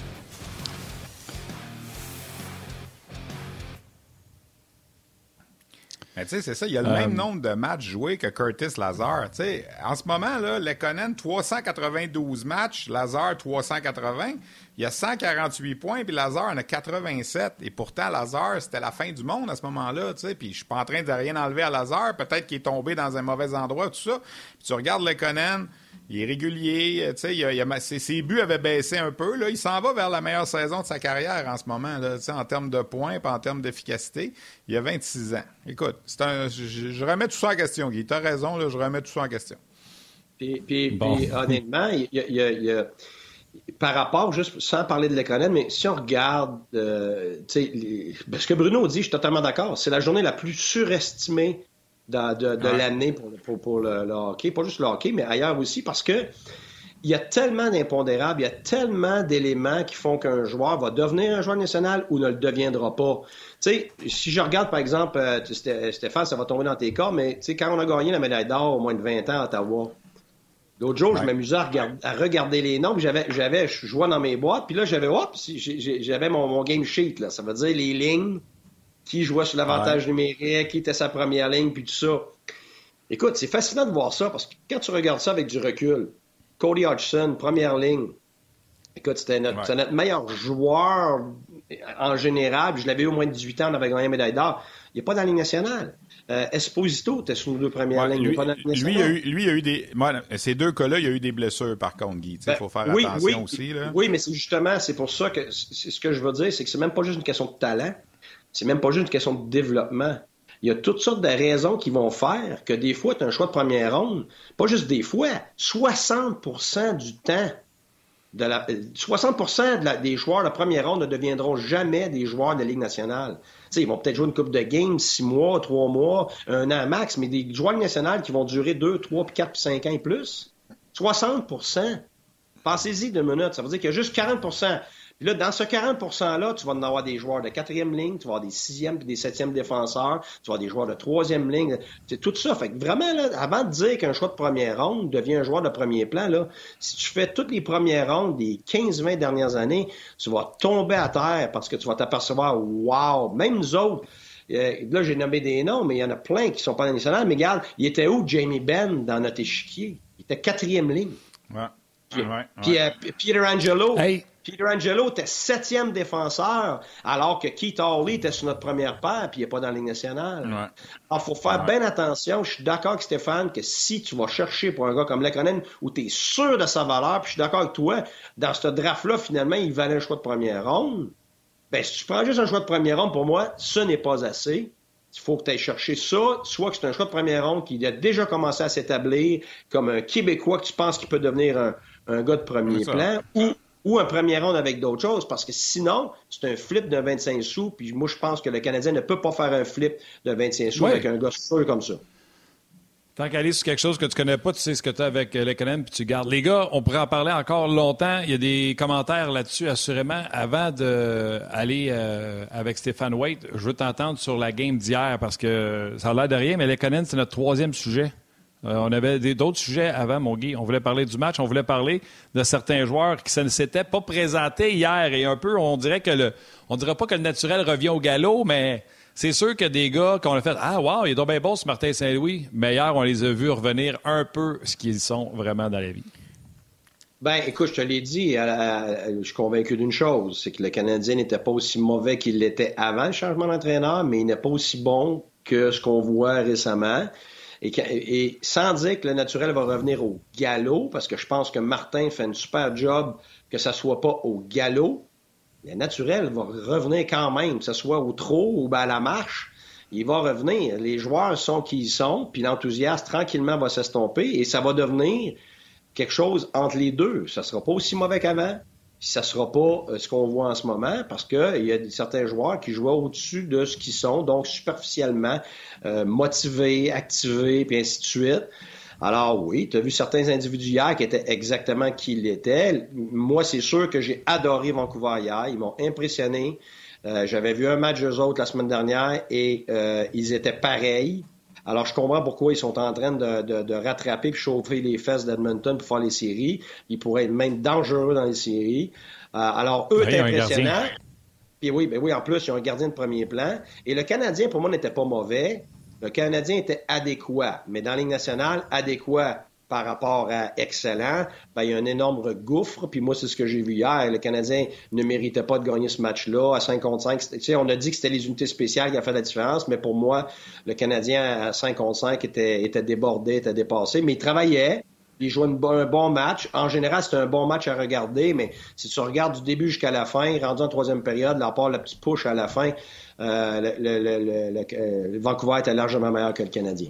Mais tu sais, c'est ça, il y a le euh... même nombre de matchs joués que Curtis Lazar. Tu sais, en ce moment, là, Lekkonen, trois cent quatre-vingt-douze matchs, Lazar, trois cent quatre-vingts. Il y a cent quarante-huit points, puis Lazar en a quatre-vingt-sept. Et pourtant, Lazar, c'était la fin du monde à ce moment-là, tu sais. Puis je suis pas en train de rien enlever à Lazar. Peut-être qu'il est tombé dans un mauvais endroit, tout ça. Puis tu regardes Lekkonen, il est régulier, tu sais, il a, il a, ses, ses buts avaient baissé un peu, là. Il s'en va vers la meilleure saison de sa carrière en ce moment, là, tu sais, en termes de points et en termes d'efficacité. Il a vingt-six ans. Écoute, c'est un, je, je remets tout ça en question, Guy. Tu as raison, là, je remets tout ça en question. Puis, puis, bon. puis honnêtement, il y a, il y a, il y a par rapport, juste sans parler de Lekkonen, mais si on regarde, euh, tu sais, les... ce que Bruno dit, je suis totalement d'accord, c'est la journée la plus surestimée de, de, de ouais. l'année pour, pour, pour le, le hockey. Pas juste le hockey, mais ailleurs aussi, parce que il y a tellement d'impondérables, il y a tellement d'éléments qui font qu'un joueur va devenir un joueur national ou ne le deviendra pas. Tu sais, si je regarde, par exemple, euh, Stéphane, ça va tomber dans tes cas, mais tu sais, quand on a gagné la médaille d'or au moins de vingt ans à Ottawa, l'autre jour, ouais. je m'amusais à regarder, à regarder les noms, puis j'avais, j'avais, je jouais dans mes boîtes, puis là, j'avais, hop, j'avais mon, mon game sheet, là. Ça veut dire les lignes, qui jouait sur l'avantage ouais. numérique, qui était sa première ligne, puis tout ça. Écoute, c'est fascinant de voir ça, parce que quand tu regardes ça avec du recul, Cody Hodgson, première ligne. Écoute, c'était notre, ouais. c'était notre meilleur joueur en général. Je l'avais eu au moins de dix-huit ans, on avait gagné la médaille d'or. Il n'est pas dans la Ligue nationale. Euh, Esposito était sur nos deux premières ouais, lignes. Lui, pas dans la Ligue nationale. lui, il a eu, lui, il a eu des. Moi, ces deux cas-là, il y a eu des blessures, par contre, Guy. Il ben, faut faire oui, attention oui, aussi. Là. Oui, mais c'est justement, c'est pour ça que c'est ce que je veux dire, c'est que c'est même pas juste une question de talent. C'est même pas juste une question de développement. Il y a toutes sortes de raisons qui vont faire que des fois, tu as un choix de première ronde. Pas juste des fois, soixante pour cent du temps, de la, soixante pour cent de la, des joueurs de première ronde ne deviendront jamais des joueurs de la Ligue nationale. T'sais, ils vont peut-être jouer une coupe de games, six mois, trois mois, un an max, mais des joueurs nationales qui vont durer deux, trois, quatre, cinq ans et plus. soixante pour cent. Pensez-y deux minutes. Ça veut dire qu'il y a juste quarante pour cent. Puis là, dans ce quarante pour cent-là, tu vas en avoir des joueurs de quatrième ligne, tu vas avoir des sixième et des septième défenseurs, tu vas avoir des joueurs de troisième ligne. C'est tout ça. Fait que vraiment, là, avant de dire qu'un choix de première ronde devient un joueur de premier plan, là, si tu fais toutes les premières rondes des quinze vingt dernières années, tu vas tomber à terre parce que tu vas t'apercevoir, wow, même nous autres, euh, là, j'ai nommé des noms, mais il y en a plein qui sont pas dans la nationale. Mais regarde, il était où Jamie Benn dans notre échiquier? Il était quatrième ligne. Ouais. Puis, ouais, ouais. puis euh, Peter Angelo. Hey. Peter Angelo était septième défenseur, alors que Keith Hawley était sur notre première paire, puis il n'est pas dans la Ligue nationale. Ouais. Alors, il faut faire ouais. bien attention. Je suis d'accord avec Stéphane que si tu vas chercher pour un gars comme Lehkonen, où tu es sûr de sa valeur, puis je suis d'accord avec toi, dans ce draft-là, finalement, il valait un choix de première ronde. Bien, si tu prends juste un choix de première ronde, pour moi, ce n'est pas assez. Il faut que tu ailles chercher ça, soit que c'est un choix de première ronde qui a déjà commencé à s'établir comme un Québécois que tu penses qu'il peut devenir un, un gars de premier plan, ou ou un premier round avec d'autres choses, parce que sinon, c'est un flip de vingt-cinq sous, puis moi, je pense que le Canadien ne peut pas faire un flip de vingt-cinq sous ouais. avec un gars sûr comme ça. Tant qu'aller sur quelque chose que tu connais pas, tu sais ce que tu as avec Lehkonen, puis tu gardes. Les gars, on pourrait en parler encore longtemps. Il y a des commentaires là-dessus, assurément. Avant d'aller euh, avec Stéphane Waite, je veux t'entendre sur la game d'hier, parce que ça a l'air de rien, mais Lehkonen, c'est notre troisième sujet. Euh, on avait des, d'autres sujets avant, mon Guy. On voulait parler du match, on voulait parler de certains joueurs qui ne s'étaient pas présentés hier. Et un peu, on dirait que le, on dirait pas que le naturel revient au galop, mais c'est sûr que des gars qu'on a fait « Ah, wow, il est donc bien bon ce Martin Saint-Louis », mais hier, on les a vus revenir un peu ce qu'ils sont vraiment dans la vie. Ben, écoute, je te l'ai dit, à la, à, je suis convaincu d'une chose, c'est que le Canadien n'était pas aussi mauvais qu'il l'était avant le changement d'entraîneur, mais il n'est pas aussi bon que ce qu'on voit récemment. Et, et sans dire que le naturel va revenir au galop, parce que je pense que Martin fait un super job que ça soit pas au galop, le naturel va revenir quand même, que ce soit au trot ou ben à la marche, il va revenir. Les joueurs sont qui ils sont, puis l'enthousiasme tranquillement va s'estomper et ça va devenir quelque chose entre les deux. Ça sera pas aussi mauvais qu'avant, puis ça sera pas ce qu'on voit en ce moment, parce que il y a certains joueurs qui jouent au-dessus de ce qu'ils sont, donc superficiellement euh, motivés, activés, puis ainsi de suite. Alors oui, tu as vu certains individus hier qui étaient exactement qui ils étaient. Moi, c'est sûr que j'ai adoré Vancouver hier. Ils m'ont impressionné. Euh, j'avais vu un match d'eux autres la semaine dernière et euh, ils étaient pareils. Alors, je comprends pourquoi ils sont en train de, de, de rattraper et chauffer les fesses d'Edmonton pour faire les séries. Ils pourraient être même dangereux dans les séries. Euh, alors, eux, c'est impressionnant. Puis oui, ben oui, en plus, ils ont un gardien de premier plan. Et le Canadien, pour moi, n'était pas mauvais. Le Canadien était adéquat. Mais dans la Ligue nationale, adéquat par rapport à excellent, ben, il y a un énorme gouffre. Puis moi, c'est ce que j'ai vu hier. Le Canadien ne méritait pas de gagner ce match-là. À cinq contre cinq, tu sais, on a dit que c'était les unités spéciales qui ont fait la différence, mais pour moi, le Canadien à cinq contre cinq était, était débordé, était dépassé. Mais il travaillait. Il jouait une, un bon match. En général, c'était un bon match à regarder, mais si tu regardes du début jusqu'à la fin, rendu en troisième période, à part la petite push à la fin, euh, le, le, le, le, le Vancouver était largement meilleur que le Canadien.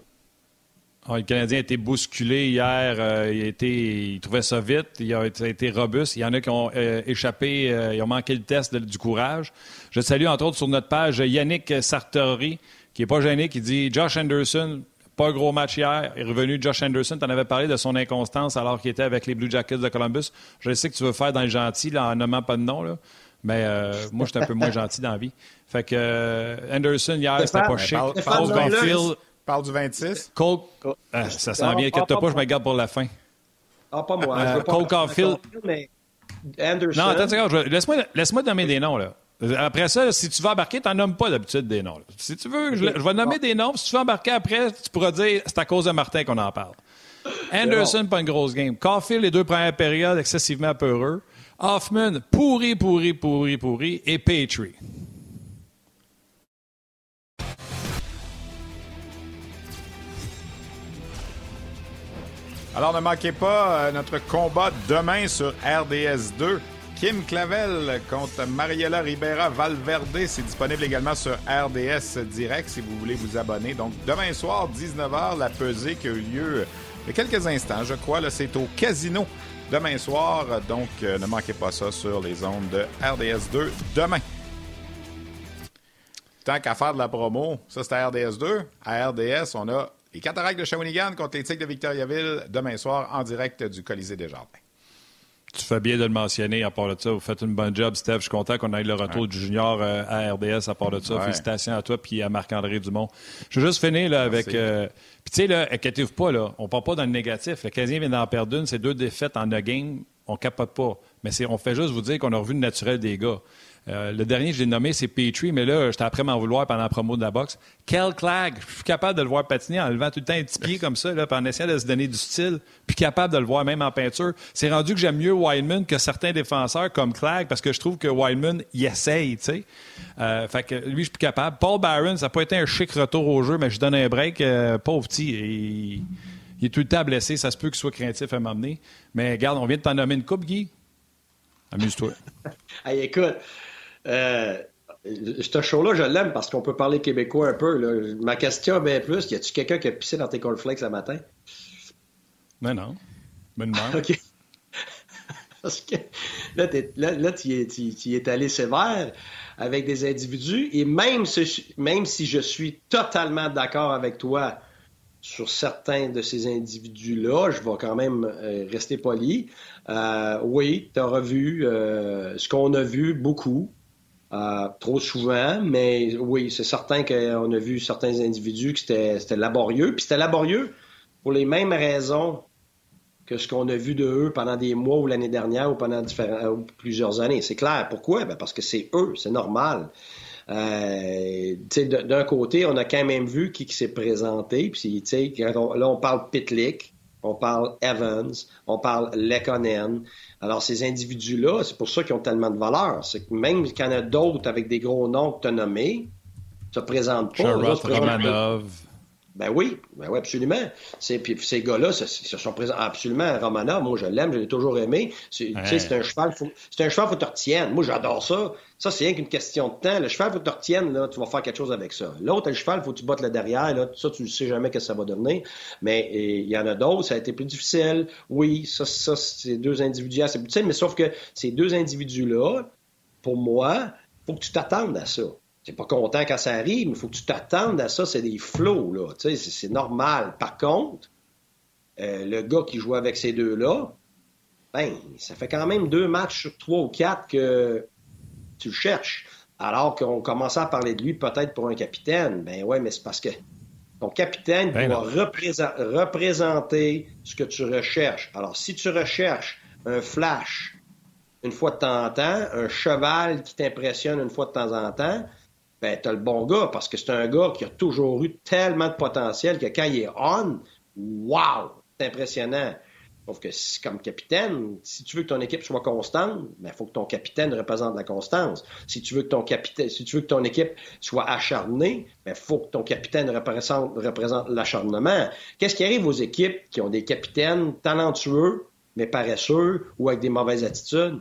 Oh, le Canadien a été bousculé hier. Euh, il, a été, il trouvait ça vite. Il a été, a été robuste. Il y en a qui ont euh, échappé. Euh, ils ont manqué le test de, du courage. Je salue, entre autres, sur notre page, Yannick Sartori, qui n'est pas gêné, qui dit « Josh Anderson, Pas un gros match hier. Il est revenu Josh Anderson. Tu en avais parlé de son inconstance alors qu'il était avec les Blue Jackets de Columbus. Je sais que tu veux faire dans le gentil là, en nommant pas de nom, là. Mais euh, moi, je suis un peu moins gentil dans la vie. Fait que euh, Anderson, hier, c'était pas chic. Parle, Cole Caulfield... Parle du vingt-six. Cole... Ah, ça s'en vient. Inquiète-toi pas, je me garde pour la fin. Ah, pas moi. Euh, je veux pas Cole Caulfield... mais Anderson... Non, attends, attends je... laisse-moi, laisse-moi nommer des noms, là. Après ça, si tu veux embarquer, tu n'en nommes pas d'habitude des noms. Là. Si tu veux, je, je vais nommer des noms. Si tu veux embarquer après, tu pourras dire c'est à cause de Martin qu'on en parle. Anderson, pas une grosse game. Caulfield, les deux premières périodes, excessivement peureux. Hoffman, pourri, pourri, pourri, pourri. Et Petrie. Alors, ne manquez pas euh, notre combat demain sur R D S deux. Kim Clavel contre Mariela Ribera Valverde. C'est disponible également sur R D S Direct si vous voulez vous abonner. Donc, demain soir, dix-neuf heures, la pesée qui a eu lieu il y a quelques instants, je crois. Là, c'est au Casino demain soir. Donc, euh, ne manquez pas ça sur les ondes de R D S deux demain. Tant qu'à faire de la promo, ça c'est à R D S deux. À R D S, on a les Cataractes de Shawinigan contre les Tigres de Victoriaville demain soir en direct du Colisée des Jardins. Tu fais bien de le mentionner à part de ça. Vous faites une bonne job, Steph. Je suis content qu'on ait le retour ouais. du junior euh, à R D S à part de ça. Ouais. Félicitations à toi et à Marc-André Dumont. Je veux juste finir là, avec... Euh, puis tu sais, là, inquiétez-vous pas, là, on ne part pas dans le négatif. Le Canadien vient d'en perdre une. C'est deux défaites en neuf games. On ne capote pas. Mais c'est, on fait juste vous dire qu'on a revu le naturel des gars. Euh, le dernier, je l'ai nommé, c'est Petrie, mais là, j'étais après m'en vouloir pendant la promo de la boxe. Kel Clagg, je suis capable de le voir patiner en levant tout le temps un petit pied comme ça, là, puis en essayant de se donner du style, puis capable de le voir même en peinture. C'est rendu que j'aime mieux Wideman que certains défenseurs comme Clagg, parce que je trouve que Wideman, il essaye, tu sais. Euh, fait que lui, je suis plus capable. Paul Byron, ça n'a pas été un chic retour au jeu, mais je donne un break. Euh, pauvre petit, il, il est tout le temps blessé, ça se peut qu'il soit craintif à m'emmener. Mais regarde, on vient de t'en nommer une coupe, Guy. Amuse-toi. Hey, écoute... Euh, ce show-là, je l'aime parce qu'on peut parler québécois un peu. Là. Ma question, bien plus, y a-tu quelqu'un qui a pissé dans tes cornflakes ce matin? Ben non. Ben non. OK. Parce que là, là, là tu y es allé sévère avec des individus et même si, même si je suis totalement d'accord avec toi sur certains de ces individus-là, je vais quand même euh, rester poli. Euh, oui, tu as revu euh, ce qu'on a vu beaucoup. Euh, trop souvent, mais oui, c'est certain qu'on a vu certains individus que c'était, c'était laborieux. Puis c'était laborieux pour les mêmes raisons que ce qu'on a vu de eux pendant des mois ou l'année dernière ou pendant différents, ou plusieurs années. C'est clair. Pourquoi? Ben parce que c'est eux, c'est normal. Euh, d'un côté, on a quand même vu qui, qui s'est présenté. Puis, quand on, là, on parle Pitlick, on parle Evans, on parle Lekkonen. Alors, ces individus-là, c'est pour ça qu'ils ont tellement de valeur. C'est que même qu'il y en a d'autres avec des gros noms que tu as nommés, ne se présentent pas. Charlotte Romanov. Ben oui, ben oui, absolument. C'est, puis ces gars-là, se, se sont présents absolument. Romanov, moi, je l'aime, je l'ai toujours aimé. C'est, ouais. Tu sais, c'est un cheval, faut, c'est un cheval, faut que tu retiennes. Moi, j'adore ça. Ça, c'est rien qu'une question de temps. Le cheval, faut que tu retiennes, là, tu vas faire quelque chose avec ça. L'autre, le cheval, faut que tu battes le derrière, là. Ça, tu ne sais jamais ce que ça va devenir. Mais il y en a d'autres, ça a été plus difficile. Oui, ça, ça, c'est deux individus assez plus difficiles, mais sauf que ces deux individus-là, pour moi, faut que tu t'attendes à ça. T'es pas content quand ça arrive, mais il faut que tu t'attendes à ça. C'est des flots, là. Tu sais, c'est, c'est normal. Par contre, euh, le gars qui joue avec ces deux-là, ben, ça fait quand même deux matchs sur trois ou quatre que tu le cherches. Alors qu'on commençait à parler de lui peut-être pour un capitaine. Ben ouais, mais c'est parce que ton capitaine ben doit représenter, représenter ce que tu recherches. Alors, si tu recherches un flash une fois de temps en temps, un cheval qui t'impressionne une fois de temps en temps, ben, t'as le bon gars, parce que c'est un gars qui a toujours eu tellement de potentiel que quand il est on, wow, c'est impressionnant. Sauf que si, comme capitaine, si tu veux que ton équipe soit constante, ben, il faut que ton capitaine représente la constance. Si tu veux que ton capitaine, si tu veux que ton équipe soit acharnée, ben, il faut que ton capitaine représente, représente l'acharnement. Qu'est-ce qui arrive aux équipes qui ont des capitaines talentueux, mais paresseux, ou avec des mauvaises attitudes?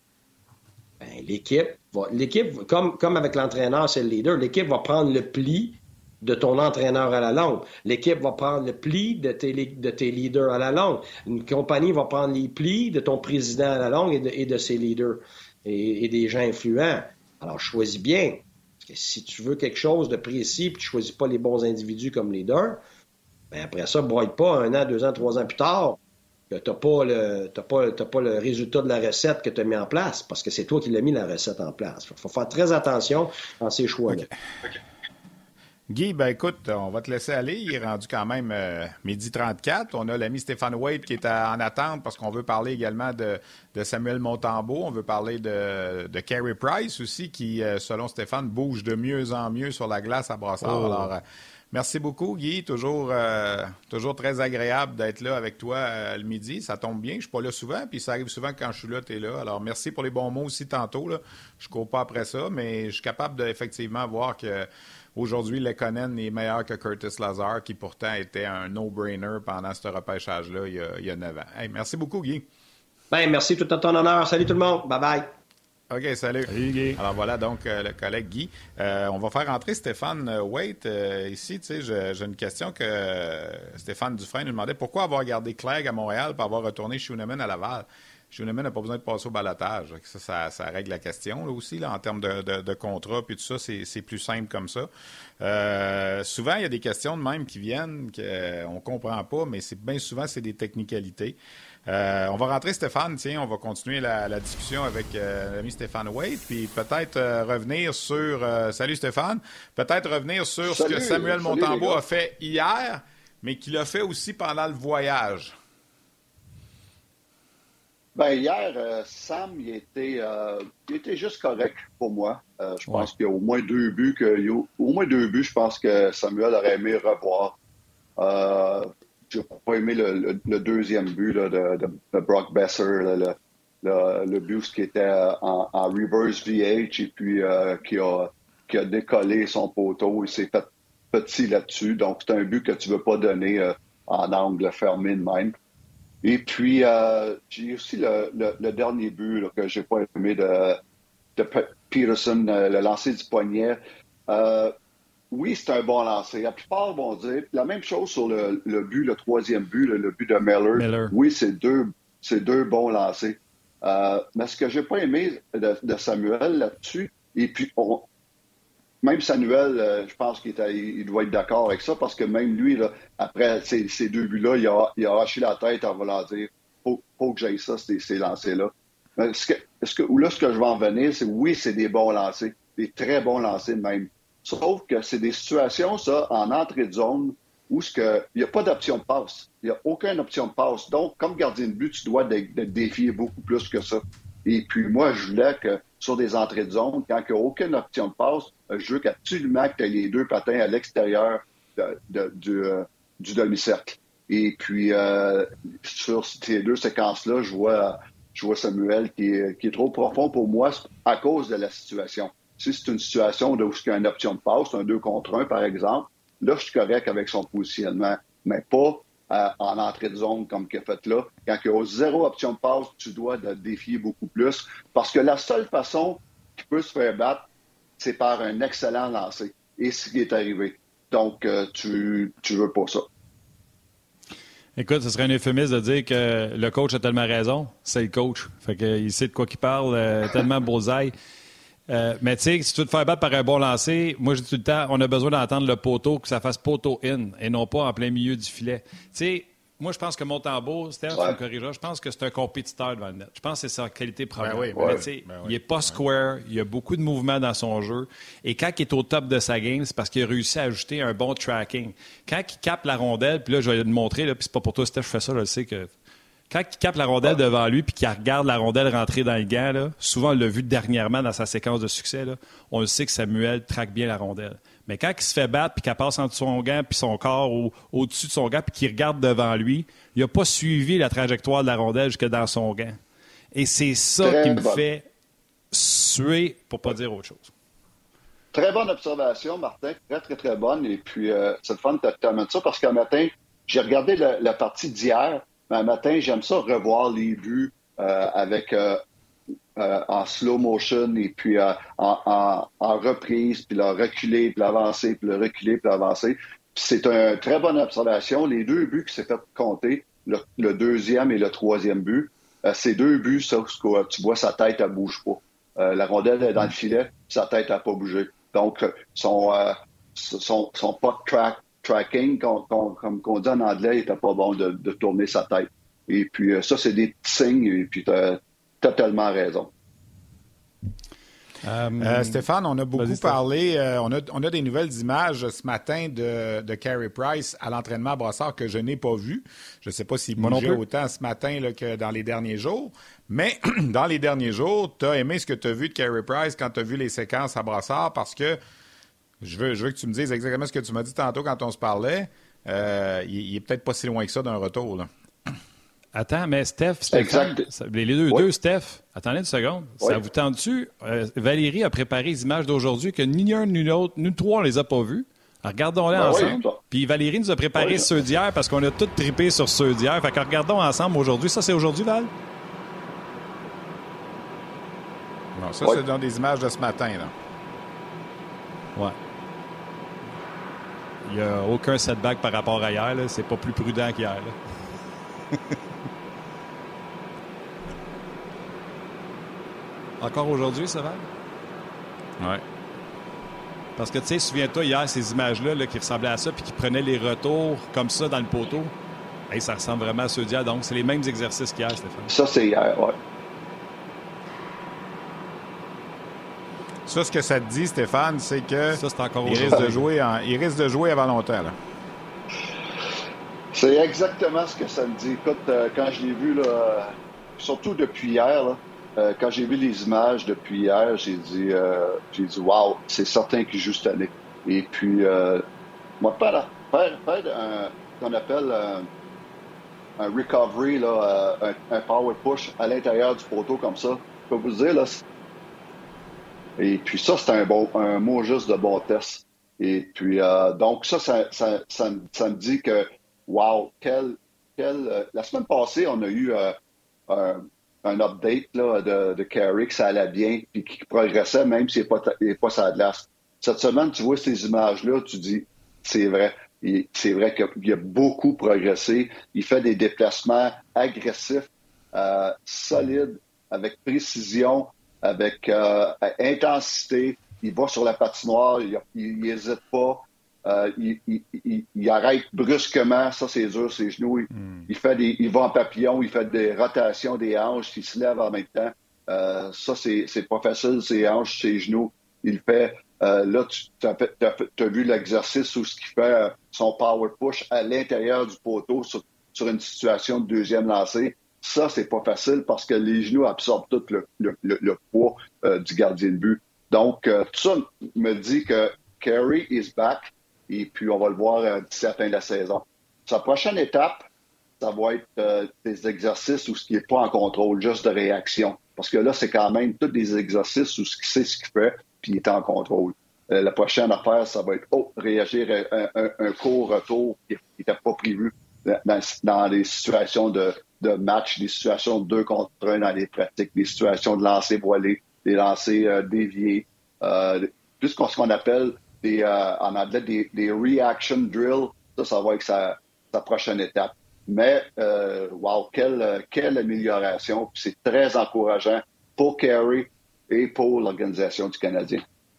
Ben, l'équipe va, l'équipe, comme, comme avec l'entraîneur, c'est le leader, l'équipe va prendre le pli de ton entraîneur à la longue. L'équipe va prendre le pli de tes, de tes leaders à la longue. Une compagnie va prendre les plis de ton président à la longue et de, et de ses leaders et, et des gens influents. Alors, choisis bien. Parce que si tu veux quelque chose de précis et tu ne choisis pas les bons individus comme leader, ben après ça, broye pas un an, deux ans, trois ans plus tard que tu n'as pas, le, t'as pas, t'as pas le résultat de la recette que tu as mis en place, parce que c'est toi qui l'as mis la recette en place. Il faut faire très attention dans ces choix-là. Okay. Okay. Guy, ben écoute, on va te laisser aller. Il est rendu quand même euh, midi trente-quatre. On a l'ami Stéphane Waite qui est à, en attente parce qu'on veut parler également de, de Samuel Montembeault. On veut parler de, de Carey Price aussi qui, euh, selon Stéphane, bouge de mieux en mieux sur la glace à Brassard. Oh. Alors, euh, merci beaucoup, Guy. Toujours, euh, toujours très agréable d'être là avec toi euh, le midi. Ça tombe bien. Je suis pas là souvent, puis ça arrive souvent que quand je suis là, tu es là. Alors, merci pour les bons mots aussi tantôt. Là. Je cours pas après ça, mais je suis capable d'effectivement voir que aujourd'hui, Lekonen est meilleur que Curtis Lazar, qui pourtant était un no-brainer pendant ce repêchage-là il y a, il y a neuf ans. Hey, merci beaucoup, Guy. Ben, merci, tout à ton honneur. Salut tout le monde. Bye-bye. OK, salut. Salut, Guy. Alors voilà donc euh, le collègue Guy. Euh, on va faire rentrer Stéphane Waite euh, ici. Tu sais, j'ai, j'ai une question que euh, Stéphane Dufresne nous demandait. Pourquoi avoir gardé Clegg à Montréal pour avoir retourné Schooneman à Laval? Schooneman n'a pas besoin de passer au balotage. Ça, ça, ça règle la question là, aussi, là, en termes de, de, de contrat, puis tout ça, c'est, c'est plus simple comme ça. Euh, souvent, il y a des questions de même qui viennent qu'on ne comprend pas, mais c'est bien souvent, c'est des technicalités. Euh, on va rentrer Stéphane, tiens, on va continuer la, la discussion avec euh, l'ami Stéphane Waite, puis peut-être euh, revenir sur... Euh, salut Stéphane, peut-être revenir sur salut, ce que Samuel Montembeault a fait hier, mais qu'il a fait aussi pendant le voyage. Ben hier, euh, Sam, il était, euh, il était juste correct pour moi. Euh, je pense ouais. qu'il y a au moins deux buts que, il y a au moins deux buts, je pense que Samuel aurait aimé revoir. Euh, j'ai pas aimé le, le, le deuxième but là, de, de, de Brock Besser, là, le, le, le but qui était en, en reverse V H et puis euh, qui a, qui a décollé son poteau. Il s'est fait petit là-dessus. Donc c'est un but que tu veux pas donner euh, en angle fermé de même. Et puis, euh, j'ai aussi le, le, le dernier but là, que j'ai pas aimé de, de Peterson, euh, le lancer du poignet. Euh, oui, c'est un bon lancer. La plupart vont dire la même chose sur le, le but, le troisième but, le, le but de Miller. Miller. Oui, c'est deux, c'est deux bons lancers. Euh, mais ce que j'ai pas aimé de, de Samuel là-dessus, et puis on, même Samuel, euh, je pense qu'il était, il doit être d'accord avec ça, parce que même lui, là, après ces, ces deux buts-là, il a, il a haché la tête en voulant dire faut, faut que j'aille ça, ces, ces lancers-là. Mais ce que, ce que, ou là, ce que je vais en venir, c'est oui, c'est des bons lancers, des très bons lancers même. Sauf que c'est des situations, ça, en entrée de zone, où ce que, il n'y a pas d'option de passe. Il n'y a aucune option de passe. Donc, comme gardien de but, tu dois te défier beaucoup plus que ça. Et puis, moi, je voulais que sur des entrées de zone, quand il n'y a aucune option de passe, je veux absolument que tu aies les deux patins à l'extérieur de, de, du, euh, du demi-cercle. Et puis, euh, sur ces deux séquences-là, je vois, je vois Samuel qui est, qui est trop profond pour moi à cause de la situation. Si c'est une situation où il y a une option de passe, un deux contre un, par exemple, là, je suis correct avec son positionnement, mais pas euh, en entrée de zone comme qu'il a fait là. Quand il y a zéro option de passe, tu dois te défier beaucoup plus, parce que la seule façon qu'il peut se faire battre, c'est par un excellent lancer. Et ce qui est arrivé. Donc, euh, tu tu veux pas ça. Écoute, ce serait un euphémisme de dire que le coach a tellement raison. C'est le coach. Fait qu'il sait de quoi qu'il parle, euh, tellement bullseye. Euh, mais tu sais, si tu veux te faire battre par un bon lancer, moi, j'ai tout le temps, on a besoin d'entendre le poteau, que ça fasse poteau in et non pas en plein milieu du filet. Tu sais, moi, je pense que Montembeault, Steph, ouais. tu me corrigeras, je pense que c'est un compétiteur devant le net. Je pense que c'est sa qualité première. Ben oui, ben mais tu sais, ben oui. il n'est pas square, il y a beaucoup de mouvements dans son jeu. Et quand il est au top de sa game, c'est parce qu'il a réussi à ajouter un bon tracking. Quand il capte la rondelle, puis là, je vais te montrer, là, puis c'est pas pour toi, Steph, je fais ça, je le sais que... Quand il capte la rondelle devant lui puis qu'il regarde la rondelle rentrer dans le gant, là, souvent on l'a vu dernièrement dans sa séquence de succès, là, on le sait que Samuel traque bien la rondelle. Mais quand il se fait battre puis qu'elle passe entre son gant puis son corps au, au-dessus de son gant puis qu'il regarde devant lui, il n'a pas suivi la trajectoire de la rondelle jusque dans son gant. Et c'est ça Très qui me bonne. fait suer, pour pas dire autre chose. Très bonne observation, Martin. Très, très, très bonne. Et puis, euh, c'est le fun de t'amener ça parce qu'un matin, j'ai regardé la, la partie d'hier. Un matin, j'aime ça revoir les buts euh, avec euh, euh, en slow motion et puis euh, en, en, en reprise, puis le reculer, puis l'avancer, puis le reculer, puis l'avancer. Puis c'est une très bonne observation. Les deux buts qui s'est fait compter, le, le deuxième et le troisième but, euh, ces deux buts, ça, où tu vois sa tête, elle bouge pas. Euh, la rondelle est dans le filet, sa tête n'a pas bougé. Donc, son, euh, son, son puck track, tracking, qu'on, qu'on, comme on dit en anglais, il n'était pas bon de, de tourner sa tête. Et puis euh, ça, c'est des petits signes, et puis tu as totalement raison. Euh, euh, Stéphane, on a beaucoup parlé, euh, on, a, on a des nouvelles images ce matin de, de Carey Price à l'entraînement à Brossard que je n'ai pas vu. Je ne sais pas s'il bougeait autant ce matin là, que dans les derniers jours, mais dans les derniers jours, tu as aimé ce que tu as vu de Carey Price quand tu as vu les séquences à Brossard, parce que je veux, je veux que tu me dises exactement ce que tu m'as dit tantôt quand on se parlait. Euh, il, il est peut-être pas si loin que ça d'un retour, là. Attends, mais Steph, Stéphane, les deux, oui. deux Steph, attendez une seconde. Oui. Ça vous tente-tu? Euh, Valérie a préparé les images d'aujourd'hui que ni un ni l'autre, nous trois, on les a pas vues. Regardons-les ben ensemble. Oui, puis Valérie nous a préparé oui. ceux d'hier parce qu'on a tous trippé sur ceux d'hier. Fait que regardons ensemble aujourd'hui. Ça, c'est aujourd'hui, Val? Non, ça, oui. c'est dans des images de ce matin, là. Ouais. Il n'y a aucun setback par rapport à hier, là. C'est pas plus prudent qu'hier, là. Encore aujourd'hui, ça va? Oui. Parce que, tu sais, souviens-toi, hier, ces images-là là, qui ressemblaient à ça puis qui prenaient les retours comme ça dans le poteau, hey, ça ressemble vraiment à ceux d'hier. Donc, c'est les mêmes exercices qu'hier, Stéphane. Ça, c'est hier, oui. Ça, ce que ça te dit, Stéphane, c'est que ça, c'est encore il, risque de jouer en, il risque de jouer avant longtemps, là. C'est exactement ce que ça me dit. Écoute, euh, quand je l'ai vu, là, euh, surtout depuis hier, là, Euh, quand j'ai vu les images depuis hier, j'ai dit, euh, j'ai dit, wow, c'est certain qu'il joue cette année. Et puis, euh, moi, faire, faire, faire un, qu'on appelle un, un recovery, là, un, un power push à l'intérieur du poteau comme ça, je peux vous dire, là. Et puis ça, c'est un bon, un mot juste de bon test. Et puis, euh, donc ça, ça, ça, ça, ça me dit que, wow, quel, quel, euh, la semaine passée, on a eu euh, un un update là, de, de Carey, que ça allait bien, puis qui progressait, même s'il n'est pas, pas sa glace. Cette semaine, tu vois ces images-là, tu dis, c'est vrai. Il, c'est vrai qu'il a beaucoup progressé. Il fait des déplacements agressifs, euh, solides, avec précision, avec euh, intensité. Il va sur la patinoire, il n'hésite pas. Euh, il, il, il, il arrête brusquement, ça c'est dur, ses genoux. Il, mm. il, fait des, il va en papillon, il fait des rotations des hanches, il se lève en même temps. Euh, ça, c'est, c'est pas facile, ses hanches, ses genoux. Il fait, euh, là, tu as vu l'exercice où ce qu'il fait euh, son power push à l'intérieur du poteau sur, sur une situation de deuxième lancée. Ça, c'est pas facile parce que les genoux absorbent tout le, le, le, le poids euh, du gardien de but. Donc, euh, tout ça me dit que Carey is back. Et puis, on va le voir euh, d'ici la fin de la saison. Sa prochaine étape, ça va être euh, des exercices où ce qui n'est pas en contrôle, juste de réaction. Parce que là, c'est quand même tous des exercices où ce qu'il sait ce qu'il fait, puis il est en contrôle. Euh, la prochaine affaire, ça va être oh, réagir à un, un, un court retour qui n'était pas prévu dans, dans des situations de, de match, des situations de deux contre un dans les pratiques, des situations de lancer voilé, des lancers euh, déviés, euh, plus ce qu'on appelle Des, euh, en anglais, des, des reaction drills. Ça, ça va être sa, sa prochaine étape. Mais, euh, wow, quelle, quelle amélioration. Puis c'est très encourageant pour Carey et pour l'organisation du Canadien.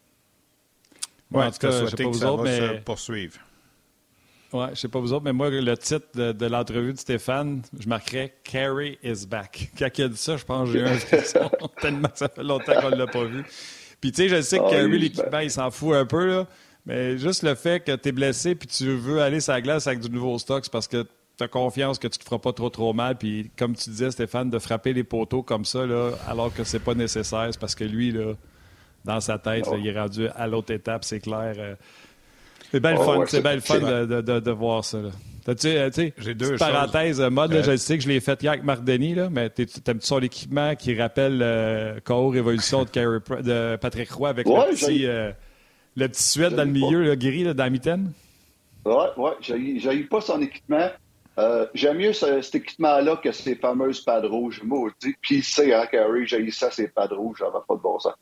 Oui, ouais, en tout cas, je sais pas vous autres, mais... poursuivre. Oui, je ne sais pas vous autres, mais moi, le titre de, de l'entrevue de Stéphane, je marquerais « Carey is back ». Quand il a dit ça, je pense que j'ai eu un frisson, tellement que ça fait longtemps qu'on ne l'a pas vu. Puis tu sais, je sais que oh, Carey, l'équipement, il s'en fout un peu, là, mais juste le fait que tu es blessé puis tu veux aller sur la glace avec du nouveau stock, c'est parce que tu as confiance que tu te feras pas trop trop mal. Puis comme tu disais, Stéphane, de frapper les poteaux comme ça, là, alors que c'est pas nécessaire, c'est parce que lui, là, dans sa tête, oh. là, il est rendu à l'autre étape, c'est clair. Euh, c'est bien le fun, oh, ouais, c'est, c'est bien le fun de, de, de, de voir ça. Là. T'as-tu, euh, tu sais, j'ai deux parenthèse mode, là, euh... je sais que je l'ai fait hier avec Marc Denis, là, mais t'aimes-tu son équipement qui rappelle euh, K O Révolution de, Carey, de Patrick Roy avec ouais, le petit euh, le petit suède dans le milieu, là, gris, là, dans la mitaine? Oui, oui, j'ai pas son équipement. Euh, j'aime mieux ce, cet équipement-là que ces fameuses pads rouges. Maudit. Puis il sait, hein, Carey, j'ai eu ça, ces pads rouges, j'avais pas de bon sens.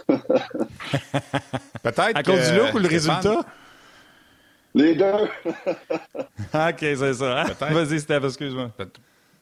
Peut-être à cause du look ou le résultat? Les deux. OK, c'est ça. Hein? Vas-y, Steph, excuse-moi. Pe-